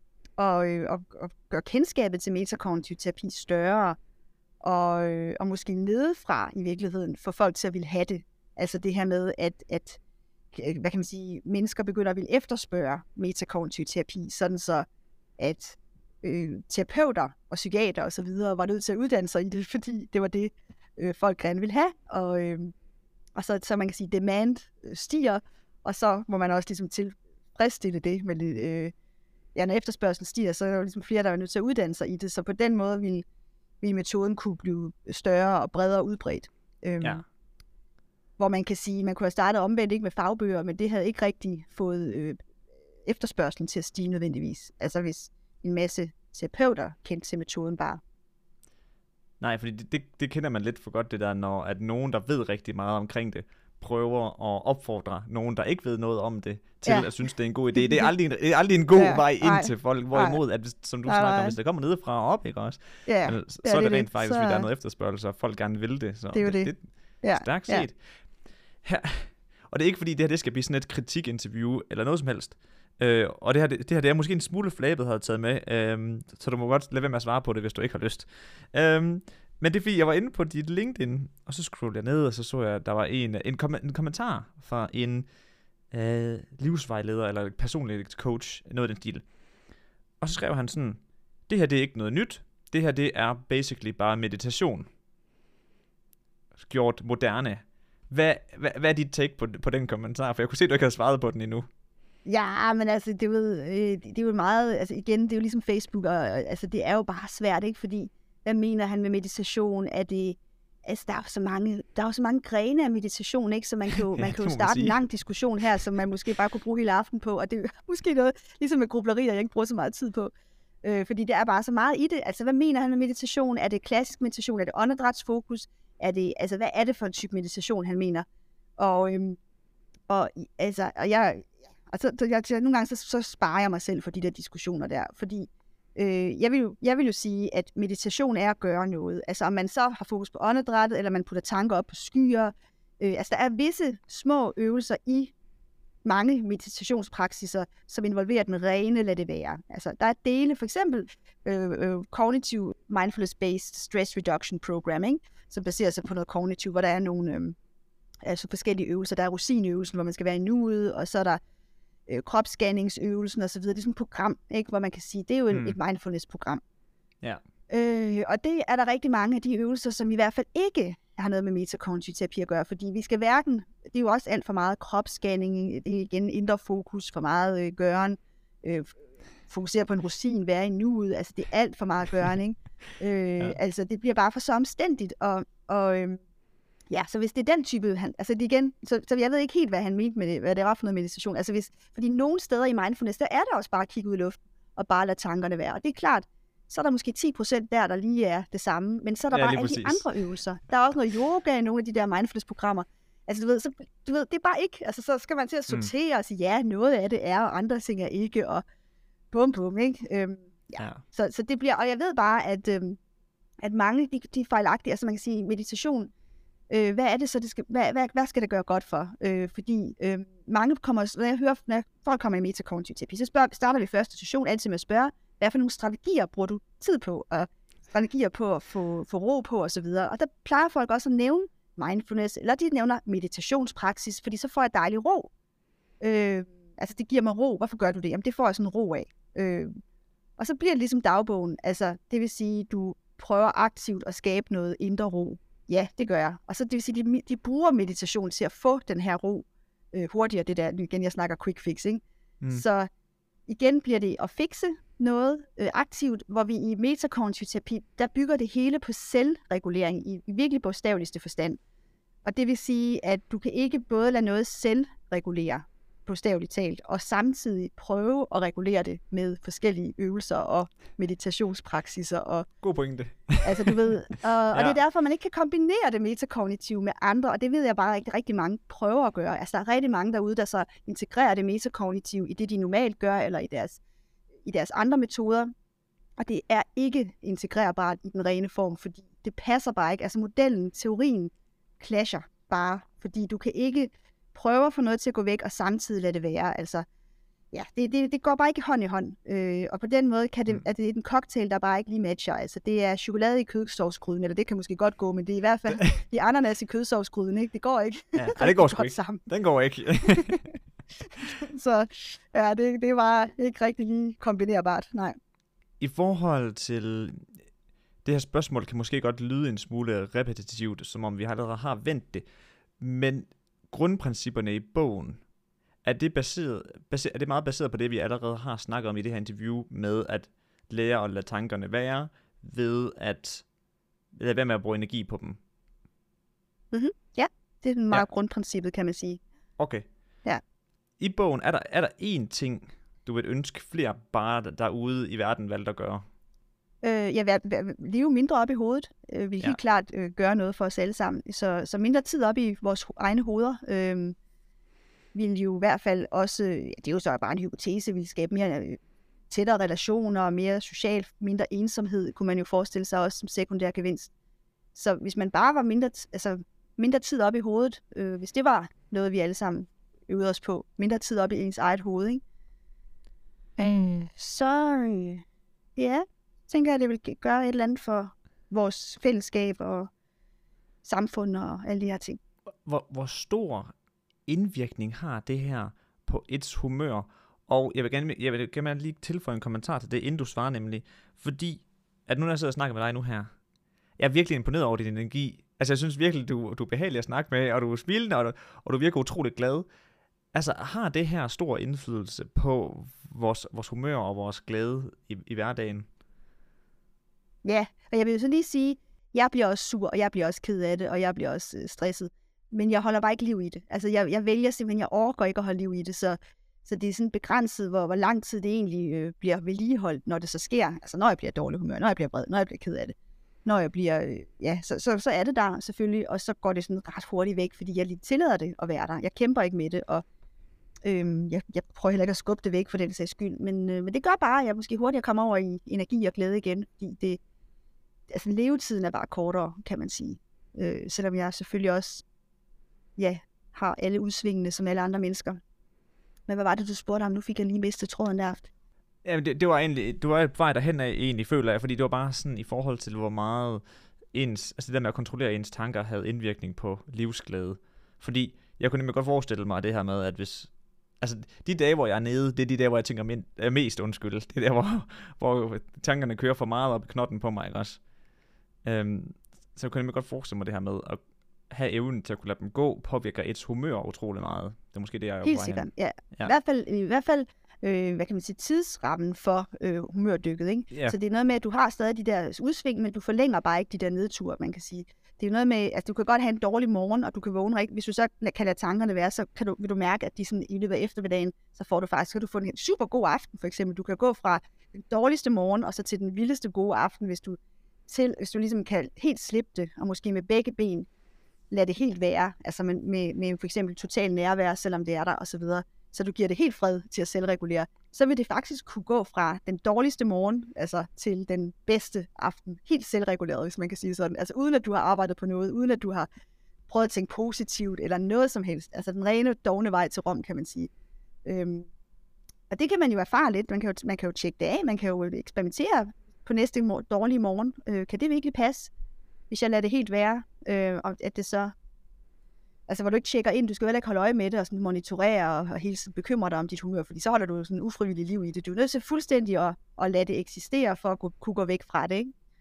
at gøre kendskabet til metakognitiv terapi større, og måske nedefra i virkeligheden, for folk til at ville have det. Altså det her med, at hvad kan man sige, mennesker begynder at ville efterspørge metakognitiv terapi, sådan så at terapeuter og psykiater og så videre var nødt til at uddanne sig i det, fordi det var det, folk gerne ville have, og så man kan sige, demand stiger, og så må man også ligesom tilfredsstille det med lidt, når efterspørgselen stiger, så er der ligesom flere, der er nødt til at uddanne sig i det, så på den måde vil metoden kunne blive større og bredere udbredt. Hvor man kan sige, man kunne have startet omvendt ikke med fagbøger, men det havde ikke rigtig fået efterspørgselen til at stige nødvendigvis. Altså hvis en masse terapeuter kendte til metoden bare. Nej, fordi det kender man lidt for godt, det der, når at nogen, der ved rigtig meget omkring det, prøver at opfordre nogen, der ikke ved noget om det, til at synes, det er en god idé. Det er aldrig en god vej ind til folk, hvorimod, at som du snakker om, hvis det kommer nedefra og op, ikke også? Så er det rent faktisk, fordi der er noget efterspørgsel, og folk gerne vil det. Så det er stærkt set. Her. Og det er ikke fordi, det her det skal blive sådan et kritikinterview, eller noget som helst. Og det her det er måske en smule flabet, havde taget med, så du må godt lade være med at svare på det, hvis du ikke har lyst. Men det er fordi, jeg var inde på dit LinkedIn, og så scrollede jeg ned, og så jeg, at der var en kommentar fra en livsvejleder, eller personlig coach, noget af den stil. Og så skrev han sådan, det her det er ikke noget nyt, det her det er basically bare meditation. Gjort moderne. Hvad er dit take på den kommentar? For jeg kunne se, at du ikke havde svaret på den endnu. Ja, men altså, det er jo meget, altså igen, det er jo ligesom Facebook, og altså, det er jo bare svært, ikke? Fordi, hvad mener han med meditation? Er det, altså, der er jo så mange grene af meditation, ikke? Så man kan jo starte en lang diskussion her, som man måske bare kunne bruge hele aften på, og det er måske noget, ligesom med grublerier, jeg ikke bruger så meget tid på. Fordi der er bare så meget i det. Altså, hvad mener han med meditation? Er det klassisk meditation? Er det åndedrætsfokus? Altså, hvad er det for en type meditation, han mener? Nogle gange så sparer jeg mig selv for de der diskussioner der, fordi jeg vil jo sige, at meditation er at gøre noget. Altså, om man så har fokus på åndedrættet, eller man putter tanker op på skyer. Altså, der er visse små øvelser i mange meditationspraksiser, som involverer den rene lad det være. Altså, der er dele, for eksempel Cognitive Mindfulness-Based Stress Reduction Program, ikke? Som baserer sig på noget kognitiv, hvor der er nogle forskellige øvelser. Der er rosinøvelsen, hvor man skal være i nuet, og så er der kropsscanningsøvelsen og så videre. Det er sådan et program, ikke, hvor man kan sige, det er jo et mindfulness-program. Ja. Og det er der rigtig mange af de øvelser, som i hvert fald ikke har noget med metakognitiv terapi at gøre, fordi vi skal hverken, det er jo også alt for meget kropsscanning, det er igen indre fokus, for meget gøren, fokusere på en rosin, være i nuet, altså det er alt for meget gøren, ikke? Altså det bliver bare for så omstændigt, ja, så hvis det er den type, altså det igen, så jeg ved ikke helt, hvad han mente med det, hvad det var for noget meditation. Altså fordi nogle steder i mindfulness, der er der også bare at kigge ud i luften, og bare lade tankerne være. Og det er klart, så er der måske 10% der lige er det samme, men så er der bare alle de andre øvelser. Der er også noget yoga i nogle af de der mindfulness-programmer. Altså du ved, det er bare ikke, altså så skal man til at sortere og sige, ja, noget af det er, og andre ting er ikke, og bum, ikke? Så det bliver, og jeg ved bare, at mange, de er fejlagtige, altså man kan sige, meditation, hvad er det så, hvad skal det gøre godt for? Fordi mange kommer, når folk kommer i metakognitiv terapi, så starter vi første session altid med at spørge, hvad for nogle strategier bruger du tid på, og strategier på at få ro på osv. Og der plejer folk også at nævne mindfulness, eller de nævner meditationspraksis, fordi så får jeg dejlig ro. Altså det giver mig ro. Hvorfor gør du det? Jamen det får jeg sådan ro af. Og så bliver det ligesom dagbogen. Altså det vil sige, du prøver aktivt at skabe noget indre ro. Ja, det gør jeg. Og så det vil sige, de bruger meditation til at få den her ro hurtigere. Det der, igen, jeg snakker quick fix, ikke? Så igen bliver det at fikse noget aktivt, hvor vi i metakognitiv terapi, der bygger det hele på selvregulering i virkelig bogstaveligste forstand. Og det vil sige, at du kan ikke både lade noget selvregulere bogstaveligt talt, og samtidig prøve at regulere det med forskellige øvelser og meditationspraksiser. Og, god pointe. altså du ved, og det er derfor, man ikke kan kombinere det metakognitive med andre, og det ved jeg bare ikke rigtig mange prøver at gøre. Altså der er rigtig mange derude, der så integrerer det metakognitive i det, de normalt gør, eller i deres andre metoder, og det er ikke integrerbart i den rene form, fordi det passer bare ikke. Altså modellen, teorien, clasher bare, fordi du kan ikke prøve at få noget til at gå væk, og samtidig lade det være. Altså, ja, det går bare ikke hånd i hånd. Og på den måde er det en cocktail, der bare ikke lige matcher. Altså, det er chokolade i kødsovsgryden, eller det kan måske godt gå, men det er i hvert fald i ananas i kødsovsgryden, ikke? Det går ikke. Ja, det går sgu ikke. Sammen. Den går ikke. Så ja, det var ikke rigtig lige kombinerbart, nej. I forhold til det her spørgsmål kan måske godt lyde en smule repetitivt, som om vi allerede har vendt det, men grundprincipperne i bogen, er det meget baseret på det, vi allerede har snakket om i det her interview, med at lære at lade tankerne være, ved at lade være med at bruge energi på dem? Mm-hmm. Ja, det er meget grundprincippet, kan man sige. Okay. Ja. I bogen, er der én ting, du vil ønske flere bare derude i verden valgte at gøre? Leve mindre op i hovedet. Vi helt klart gøre noget for os alle sammen. Så mindre tid op i vores egne hoveder. Vil jo i hvert fald også, det er jo så bare en hypotese, vil skabe mere tættere relationer, mere socialt, mindre ensomhed, kunne man jo forestille sig også som sekundær gevinst. Så hvis man bare var mindre tid op i hovedet, hvis det var noget, vi alle sammen øvede os på, mindre tid op i ens eget hoved, ikke? Så tænker jeg, det vil gøre et eller andet for vores fællesskab og samfund og alle de her ting. Hvor stor indvirkning har det her på ets humør? Og jeg vil gerne lige tilføje en kommentar til det, inden du svarer nemlig. Fordi, at nu når jeg sidder og snakker med dig nu her, jeg er virkelig imponeret over din energi. Altså jeg synes virkelig, du er behagelig at snakke med, og du er smilende, og du virker utroligt glad. Altså har det her stor indflydelse på vores humør og vores glæde i hverdagen? Ja, og jeg vil jo så lige sige, jeg bliver også sur, og jeg bliver også ked af det, og jeg bliver også stresset. Men jeg holder bare ikke liv i det. Altså jeg vælger simpelthen, jeg orker ikke at holde liv i det, så det er sådan begrænset, hvor lang tid det egentlig bliver vedligeholdt, når det så sker. Altså når jeg bliver dårlig humør, når jeg bliver vred, når jeg bliver ked af det. Når jeg bliver, så er det der selvfølgelig, og så går det sådan ret hurtigt væk, fordi jeg lige tillader det at være der. Jeg kæmper ikke med det, og jeg prøver heller ikke at skubbe det væk for den sags skyld, men det gør bare, at jeg måske hurtigere kommer over i energi og glæde igen, fordi levetiden er bare kortere, kan man sige. Selvom jeg selvfølgelig også, har alle udsvingene som alle andre mennesker. Men hvad var det, du spurgte om? Nu fik jeg lige mistet tråden der. Ja, det var egentlig, du var et vej derhen af egentlig, føler jeg, fordi det var bare sådan i forhold til, hvor meget det der med at kontrollere ens tanker havde indvirkning på livsglæde. Fordi jeg kunne nemlig godt forestille mig det her med, at hvis, altså de dage, hvor jeg er nede, det er de dage, hvor jeg tænker mest undskyld. Det er der, hvor tankerne kører for meget op i knotten på mig, ikke også? Så jeg kunne nemlig godt forestille mig det her med at have evnen til at kunne lade dem gå, påvirker ets humør utrolig meget. Det er måske det, jeg er helt sikkert, ja. I hvert fald hvad kan man sige, tidsrammen for humørdykket, ikke? Yeah. Så det er noget med, at du har stadig de der udsving, men du forlænger bare ikke de der nedture, man kan sige. Det er jo noget med, at du kan godt have en dårlig morgen, og du kan vågne rigtigt. Hvis du så kan lade tankerne være, så vil du mærke, at de sådan, i løbet af eftermiddagen, så kan du få en super god aften, for eksempel. Du kan gå fra den dårligste morgen, og så til den vildeste gode aften, hvis du ligesom kan helt slippe det, og måske med begge ben lade det helt være, altså med for eksempel total nærvær, selvom det er der, og så videre. Så du giver det helt fred til at selvregulere, så vil det faktisk kunne gå fra den dårligste morgen, altså til den bedste aften, helt selvreguleret, hvis man kan sige sådan. Altså uden at du har arbejdet på noget, uden at du har prøvet at tænke positivt, eller noget som helst. Altså den rene, dovne vej til Rom, kan man sige. Og det kan man jo erfare lidt. Man kan jo tjekke det af, man kan jo eksperimentere på næste dårlige morgen. Kan det virkelig passe, hvis jeg lader det helt være, og at det så... Altså, hvor du ikke tjekker ind, du skal heller ikke holde øje med det, og sådan monitorere og hele tiden bekymre dig om dit humør, fordi så holder du sådan ufrivilligt liv i det. Du er nødt til fuldstændig at lade det eksistere, for at kunne gå væk fra det,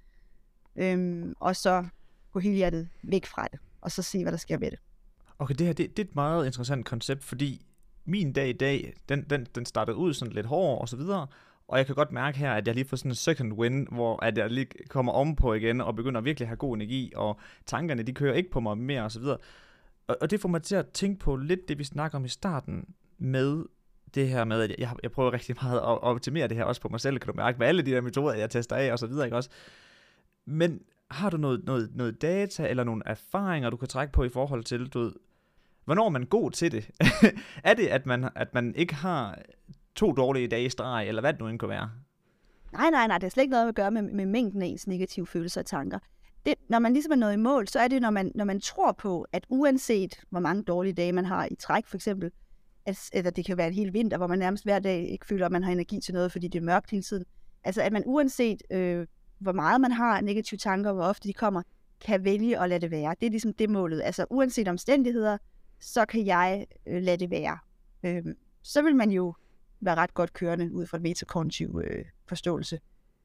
ikke? Og så gå hele hjertet væk fra det, og så se, hvad der sker ved det. Okay, det her, det er et meget interessant koncept, fordi min dag i dag, den startede ud sådan lidt hård og så videre, og jeg kan godt mærke her, at jeg lige får sådan en second win, hvor at jeg lige kommer ovenpå igen, og begynder virkelig at have god energi, og tankerne, de kører ikke på mig mere og så videre. Og det får mig til at tænke på lidt det, vi snakker om i starten. med det her med, at jeg prøver rigtig meget at optimere det her også på mig selv, kan du mærke, med alle de der metoder, jeg tester af og så videre, ikke også? Men har du noget data eller nogle erfaringer, du kan trække på i forhold til, du ved, hvornår er man god til det? Er det, at man ikke har 2 dårlige dage i streg, eller hvad det nu end kunne være? Nej, det har slet ikke noget at gøre med mængden af ens negative følelser og tanker. Når man ligesom er nået i mål, så er det, når man tror på, at uanset hvor mange dårlige dage man har i træk, for eksempel, eller det kan være en hel vinter, hvor man nærmest hver dag ikke føler, at man har energi til noget, fordi det er mørkt hele tiden. Altså at man uanset hvor meget man har negative tanker, hvor ofte de kommer, kan vælge at lade det være. Det er ligesom det målet. Altså uanset omstændigheder, så kan jeg lade det være. Så vil man jo være ret godt kørende ud fra en metakognitiv forståelse.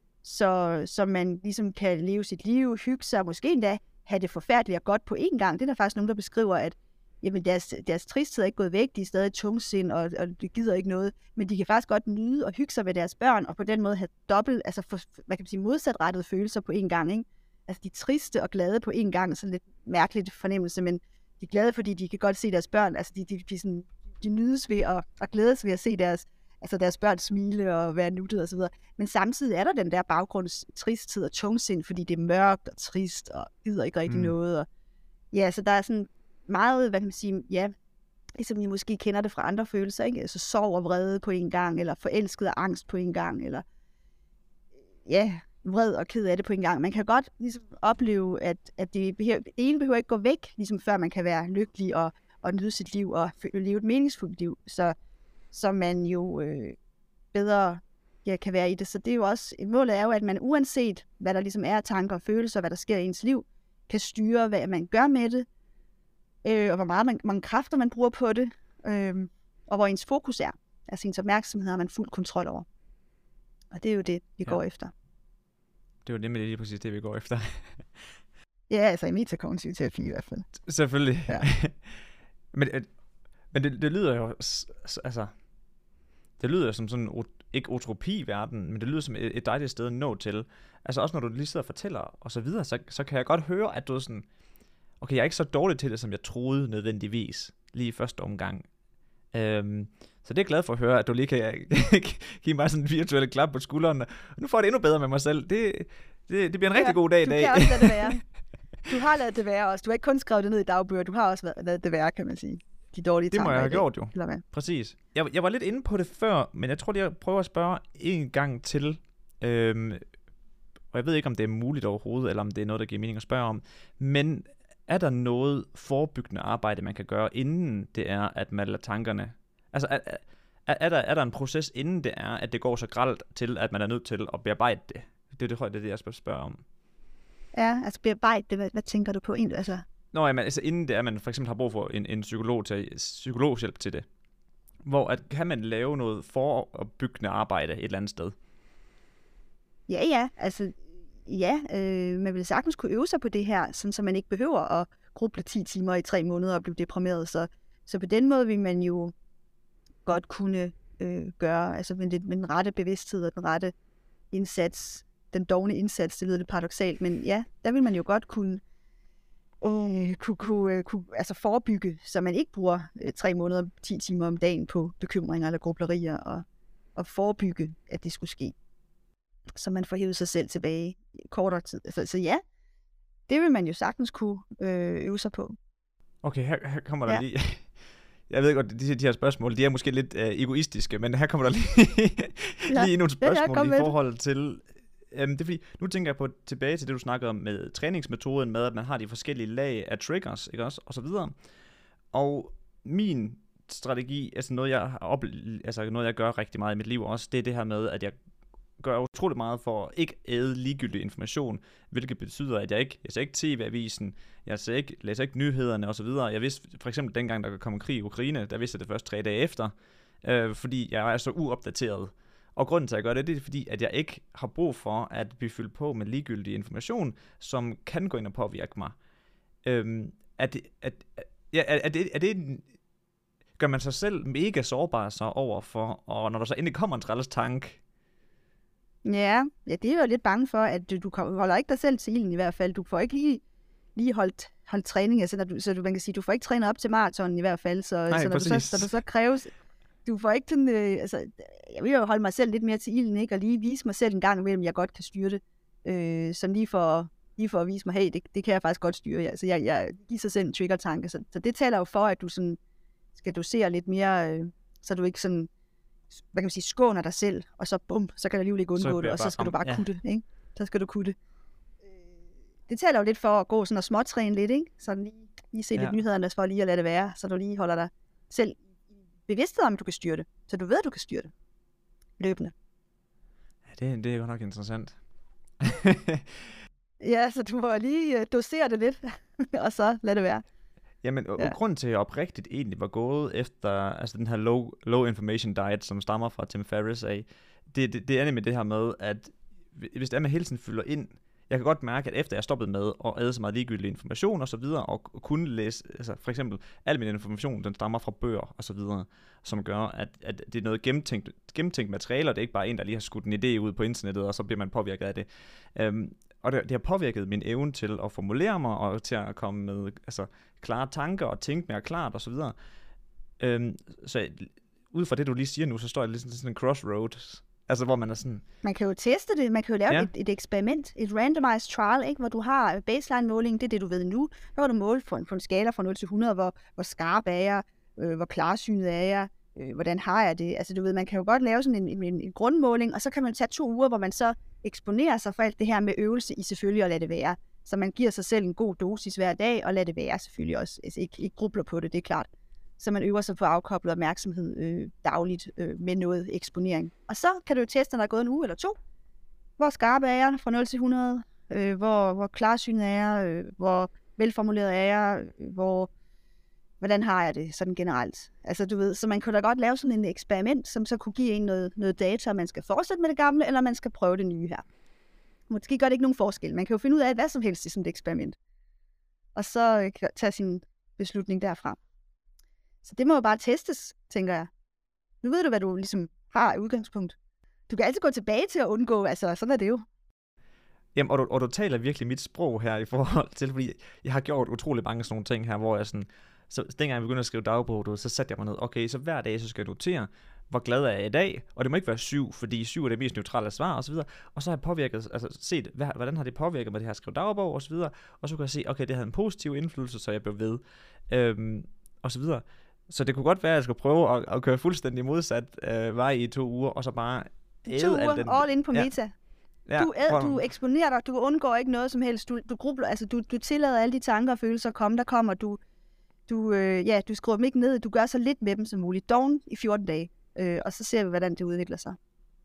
Så man ligesom kan leve sit liv, hygge sig, måske endda have det forfærdeligt og godt på én gang. Det er der faktisk nogen, der beskriver, at jamen, deres tristhed er ikke gået væk, de er stadig tungsind, og de gider ikke noget, men de kan faktisk godt nyde og hygge sig med deres børn, og på den måde have dobbelt, altså hvad kan man sige, modsatrettede følelser på én gang, ikke? Altså de er triste og glade på én gang, sådan lidt mærkeligt fornemmelse, men de er glade, fordi de kan godt se deres børn, altså de nydes ved at glædes ved at se deres børn smile og være nuttet og så videre. Men samtidig er der den der baggrundstristhed og tungsind, fordi det er mørkt og trist og gider ikke rigtig noget. Og ja, så der er sådan meget, hvad kan man sige, ja, ligesom I måske kender det fra andre følelser, ikke? Altså sorg og vrede på en gang, eller forelsket og angst på en gang, eller ja, vred og ked af det på en gang. Man kan godt ligesom opleve, at det ene behøver ikke gå væk, ligesom før man kan være lykkelig og nyde sit liv og leve et meningsfuldt liv, så man jo bedre kan være i det. Så det er jo også, målet er jo, at man uanset hvad der ligesom er tanker og følelser, hvad der sker i ens liv, kan styre, hvad man gør med det, og hvor meget mange kræfter man bruger på det, og hvor ens fokus er. Altså ens opmærksomhed har man fuld kontrol over. Og det er jo det, vi går efter. Det er jo nemlig lige præcis det, vi går efter. Ja, altså i metakognitiv terapi i hvert fald. Selvfølgelig. Ja. men det lyder jo, altså, det lyder som sådan, ikke utopi-verden, men det lyder som et dejligt sted at nå til. Altså også når du lige sidder og fortæller og så videre, så kan jeg godt høre, at du er sådan, okay, jeg er ikke så dårlig til det, som jeg troede nødvendigvis, lige i første omgang. Så det er jeg glad for at høre, at du lige kan give mig sådan en virtuel klap på skulderen. Nu får jeg det endnu bedre med mig selv. Det bliver en rigtig god dag i dag. Du kan også lade det være. Du har ladet det være også. Du har ikke kun skrevet det ned i dagbøger, du har også ladet det være, kan man sige. De dårlige tanker. Det må jeg have gjort jo. Eller hvad? Præcis. Jeg var lidt inde på det før, men jeg tror, jeg prøver at spørge en gang til. Og jeg ved ikke, om det er muligt overhovedet, eller om det er noget, der giver mening at spørge om. Men er der noget forebyggende arbejde, man kan gøre, inden det er, at man lader tankerne... Altså, er der en proces, inden det er, at det går så grelt til, at man er nødt til at bearbejde det? Det er det, jeg spørger om. Ja, altså bearbejde det. Hvad tænker du på egentlig? Altså... Nå, jamen, altså inden det er, at man for eksempel har brug for en psykologhjælp til det. Kan man lave noget forebyggende arbejde et eller andet sted? Ja, altså... Ja, man vil sagtens kunne øve sig på det her, sådan så man ikke behøver at gruble 10 timer i 3 måneder og blive deprimeret. Så på den måde vil man jo godt kunne gøre, altså med den rette bevidsthed og den rette indsats, den dovne indsats, det lyder lidt paradoksalt, men ja, der vil man jo godt kunne altså forebygge, så man ikke bruger 3 måneder 10 timer om dagen på bekymringer eller grublerier, og forebygge, at det skulle ske. Så man får hævet sig selv tilbage i kortere tid. Så ja, det vil man jo sagtens kunne øve sig på. Okay, her kommer der lige... Jeg ved godt, de her spørgsmål, de er måske lidt egoistiske, men her kommer der lige nogle spørgsmål i forhold til... det er fordi, nu tænker jeg tilbage til det, du snakkede om med træningsmetoden, med at man har de forskellige lag af triggers, ikke også, og så videre. Og min strategi, altså noget jeg gør rigtig meget i mit liv også, det er det her med, at jeg gør utroligt meget for at ikke æde ligegyldig information, hvilket betyder, at jeg ser ikke TV-avisen, jeg læser ikke nyhederne osv. Jeg vidste for eksempel dengang, der kom krig i Ukraine, der vidste jeg det først 3 dage efter, fordi jeg er så uopdateret. Og grunden til, at jeg gør det, det er fordi, at jeg ikke har brug for at blive fyldt på med ligegyldig information, som kan gå ind og påvirke mig. Gør man sig selv mega sårbar så overfor, og når der så endelig kommer en træls tanke? Ja, det er jeg jo lidt bange for, at du holder ikke dig selv til ilden i hvert fald. Du får ikke lige holdt træning, altså, så man kan sige, du får ikke trænet op til maraton i hvert fald, så når der så kræves du får ikke sådan, jeg vil jo holde mig selv lidt mere til ilden, ikke? Og lige vise mig selv en gang imellem, jeg godt kan styre det. Sådan lige for at vise mig, hey, det kan jeg faktisk godt styre. Altså, jeg giver sig selv en trigger-tanke. Så det taler jo for, at du sådan skal dosere lidt mere, så du ikke sådan, hvad kan man sige, skåner dig selv, og så bum, så kan du alligevel ikke undgå det, og så skal du bare kutte, ikke? Så skal du kutte. Det taler jo lidt for at gå sådan og småtræne lidt, ikke? Så lige se lidt nyhederne, for lige at lade det være, så du lige holder dig selv bevidsthed om, at du kan styre det. Så du ved, at du kan styre det. Løbende. Ja, det er godt nok interessant. Ja, så du må lige dosere det lidt, og så lad det være. Jamen, grunden til, at jeg oprigtigt egentlig var gået efter altså den her low information diet, som stammer fra Tim Ferriss af, det er nemlig det her med, at hvis det er, man hele tiden fylder ind, jeg kan godt mærke, at efter jeg stoppet med at æde så meget ligegyldig information og så videre, og kunne læse, altså for eksempel, al min information, den stammer fra bøger og så videre, som gør, at det er noget gennemtænkt materiale, og det er ikke bare en, der lige har skudt en idé ud på internettet, og så bliver man påvirket af det. Og det har påvirket min evne til at formulere mig, og til at komme med klare tanker, og tænke mere klart og så videre. Så ud fra det, du lige siger nu, så står jeg lidt sådan en crossroads. Altså, hvor man er sådan... Man kan jo teste det. Man kan jo lave et eksperiment. Et randomized trial, ikke? Hvor du har baseline-måling. Det er det, du ved nu. Der var du målt på en skala fra 0 til 100, hvor skarp er jeg, hvor klarsynet er jeg, hvordan har jeg det. Altså, du ved, man kan jo godt lave sådan en grundmåling, og så kan man tage 2 uger, hvor man så eksponerer sig for alt det her med øvelse i selvfølgelig at lade det være. Så man giver sig selv en god dosis hver dag, og lade det være selvfølgelig også. Altså, ikke grubler på det, det er klart. Så man øver sig på afkoblet opmærksomhed dagligt med noget eksponering. Og så kan du jo teste, når der er gået en uge eller 2. Hvor skarp er jeg fra 0 til 100? Hvor klarsynet er jeg? Hvor velformuleret er jeg? Hvordan har jeg det sådan generelt? Altså du ved, så man kunne da godt lave sådan en eksperiment, som så kunne give en noget data, om man skal fortsætte med det gamle, eller man skal prøve det nye her. Måske gør det ikke nogen forskel. Man kan jo finde ud af hvad som helst i sådan et eksperiment. Og så tage sin beslutning derfra. Så det må jo bare testes, tænker jeg. Nu ved du, hvad du ligesom har i udgangspunkt. Du kan altid gå tilbage til at undgå, altså sådan er det jo. Jamen, og du taler virkelig mit sprog her i forhold til, fordi jeg har gjort utrolig mange sådan nogle ting her, hvor jeg sådan, så dengang jeg begyndte at skrive dagbog, så satte jeg mig ned, okay, så hver dag, så skal jeg notere, hvor glad er jeg i dag, og det må ikke være 7, fordi 7 er det mest neutrale svar, og så videre, og så har jeg påvirket, altså set, hvordan har det påvirket mig, det her at skrive dagbog, og så videre, og så kan jeg se, okay, det havde en positiv indflydelse, så jeg blev ved, og så videre. Så det kunne godt være, at jeg skulle prøve at køre fuldstændig modsat vej i 2 uger, og så bare æde 2 uger, al den... all in på meta. Ja, du eksponerer dig, du undgår ikke noget som helst, du grubler, altså du tillader alle de tanker og følelser at komme, der kommer, du skriver dem ikke ned, du gør så lidt med dem som muligt, doven i 14 dage, og så ser vi, hvordan det udvikler sig.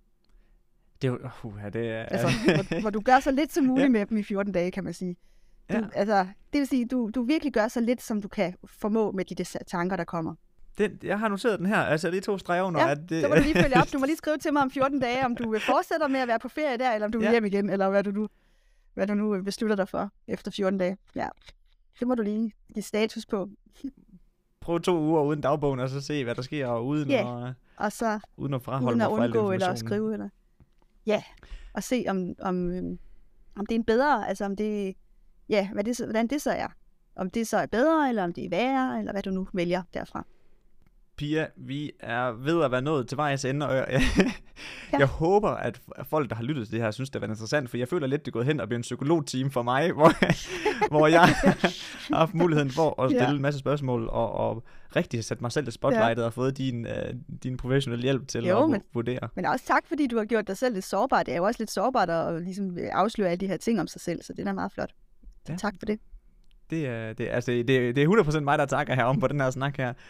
Det er jo, altså, hvor du gør så lidt som muligt med dem i 14 dage, kan man sige. Altså, det vil sige, du virkelig gør så lidt, som du kan formå med de tanker, der kommer. Jeg har noteret den her, altså de 2 streger under. Ja, så må du lige følge op. Du må lige skrive til mig om 14 dage, om du fortsætter med at være på ferie der, eller om du vil hjem igen, eller hvad du nu beslutter dig for efter 14 dage. Ja, det må du lige give status på. Prøv 2 uger uden dagbogen, og så se, hvad der sker, og uden at fraholde mig for al undgå eller skrive. Eller. Ja, og se, om det er en bedre, altså om det... Ja, hvordan det så er. Om det så er bedre, eller om det er værre, eller hvad du nu vælger derfra. Pia, vi er ved at være nået til vejs ende, og jeg håber, at folk, der har lyttet til det her, synes, det er interessant, for jeg føler lidt, det er gået hen og bliver en psykologteam for mig, hvor jeg har haft muligheden for at stille en masse spørgsmål, og rigtig sætte mig selv i spotlightet, og fået din professionelle hjælp til at vurdere. Men også tak, fordi du har gjort dig selv lidt sårbar. Det er jo også lidt sårbart at ligesom afsløre alle de her ting om sig selv, så det er meget flot. Ja. Tak for det. Det er 100% mig, der takker herom på den her snak her.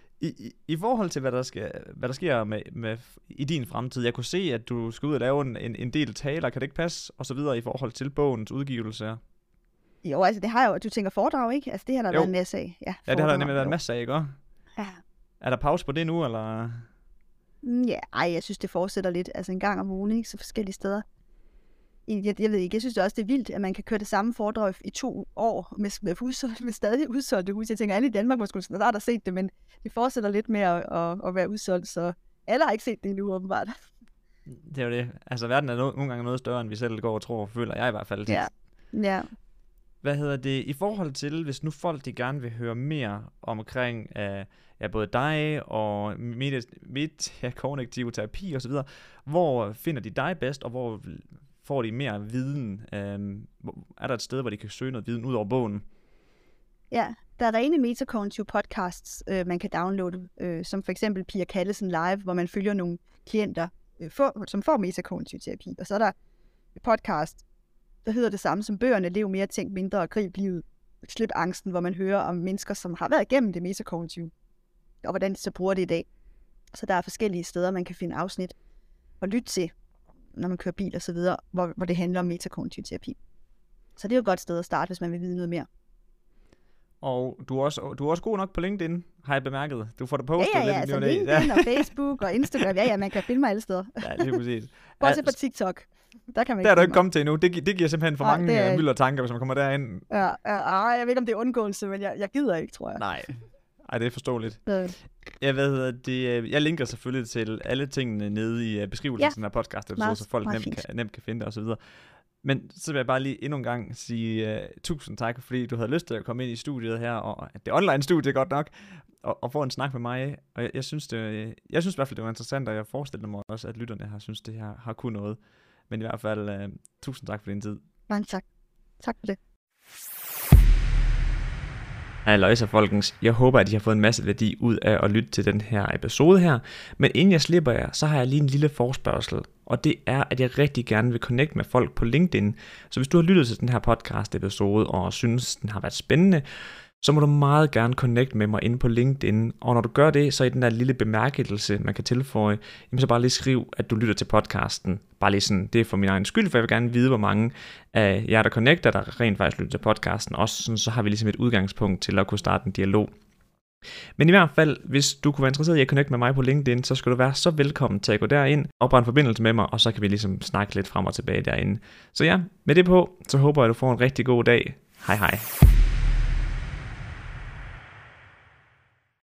I forhold til, hvad der sker med i din fremtid, jeg kunne se, at du skal ud og lave en del taler, kan det ikke passe, og så videre i forhold til bogens udgivelse? Jo, altså det har jo, du tænker foredrag, ikke? Altså det har der været en masse af. Ja, det har der nemlig været en masse af, ikke? Ja. Er der pause på det nu, eller? Ja, jeg synes, det fortsætter lidt, altså en gang om ugen, ikke? Så forskellige steder. Jeg ved ikke, jeg synes også, det er vildt, at man kan køre det samme foredrag i 2 år med stadig udsolgte hus. Jeg tænker, alle i Danmark måske snart har set det, men det fortsætter lidt med at være udsolgt, så alle har ikke set det endnu, åbenbart. Det er jo det. Altså, verden er nogle gange noget større, end vi selv går og tror, føler jeg i hvert fald. Ja. I forhold til, hvis nu folk de gerne vil høre mere omkring både dig og kognitiv terapi og så videre, hvor finder de dig bedst, og hvor får de mere viden? Er der et sted, hvor de kan søge noget viden ud over bogen? Ja, der er rene metakognitive podcasts, man kan downloade, som for eksempel Pia Callesen Live, hvor man følger nogle klienter, som får metakognitiv terapi. Og så er der et podcast, der hedder det samme som bøgerne, Lev mere, tænk mindre og grib livet. Slip angsten, hvor man hører om mennesker, som har været igennem det metakognitive, og hvordan de så bruger det i dag. Så der er forskellige steder, man kan finde afsnit og lytte til, når man kører bil og så videre, hvor det handler om metakognitiv terapi. Så det er jo et godt sted at starte, hvis man vil vide noget mere. Og du er også god nok på LinkedIn, har jeg bemærket. Du får det postet lidt. Ja, altså LinkedIn og Facebook og Instagram. Ja, man kan finde mig alle steder. Ja, lige præcis. Bortset på TikTok. Der kan man der er du ikke kommet til endnu. Det giver simpelthen for mange mylder tanker, hvis man kommer derind. Jeg ved ikke, om det er undgåelse, men jeg gider ikke, tror jeg. Nej, det er forståeligt. Jeg linker selvfølgelig til alle tingene nede i beskrivelsen af podcasten, så folk nemt kan finde det og så videre. Men så vil jeg bare lige endnu en gang sige tusind tak, fordi du havde lyst til at komme ind i studiet her, og det online studie godt nok, og få en snak med mig. Og jeg synes i hvert fald, det var interessant, og jeg forestiller mig også, at lytterne har synes, det her har kunnet noget. Men i hvert fald, tusind tak for din tid. Mange tak. Tak for det. Halløjsa folkens, jeg håber, at I har fået en masse værdi ud af at lytte til den her episode her. Men inden jeg slipper jer, så har jeg lige en lille forespørgsel. Og det er, at jeg rigtig gerne vil connecte med folk på LinkedIn. Så hvis du har lyttet til den her podcast episode og synes, den har været spændende, så må du meget gerne connecte med mig inde på LinkedIn. Og når du gør det, så i den der lille bemærkelse, man kan tilføje, så bare lige skriv, at du lytter til podcasten. Bare lige sådan, det er for min egen skyld, for jeg vil gerne vide, hvor mange af jer, der connecter, der rent faktisk lytter til podcasten. Også sådan, så har vi ligesom et udgangspunkt til at kunne starte en dialog. Men i hvert fald, hvis du kunne være interesseret i at connecte med mig på LinkedIn, så skal du være så velkommen til at gå derind, oprette en forbindelse med mig, og så kan vi ligesom snakke lidt frem og tilbage derinde. Så ja, med det på, så håber jeg, at du får en rigtig god dag. Hej hej.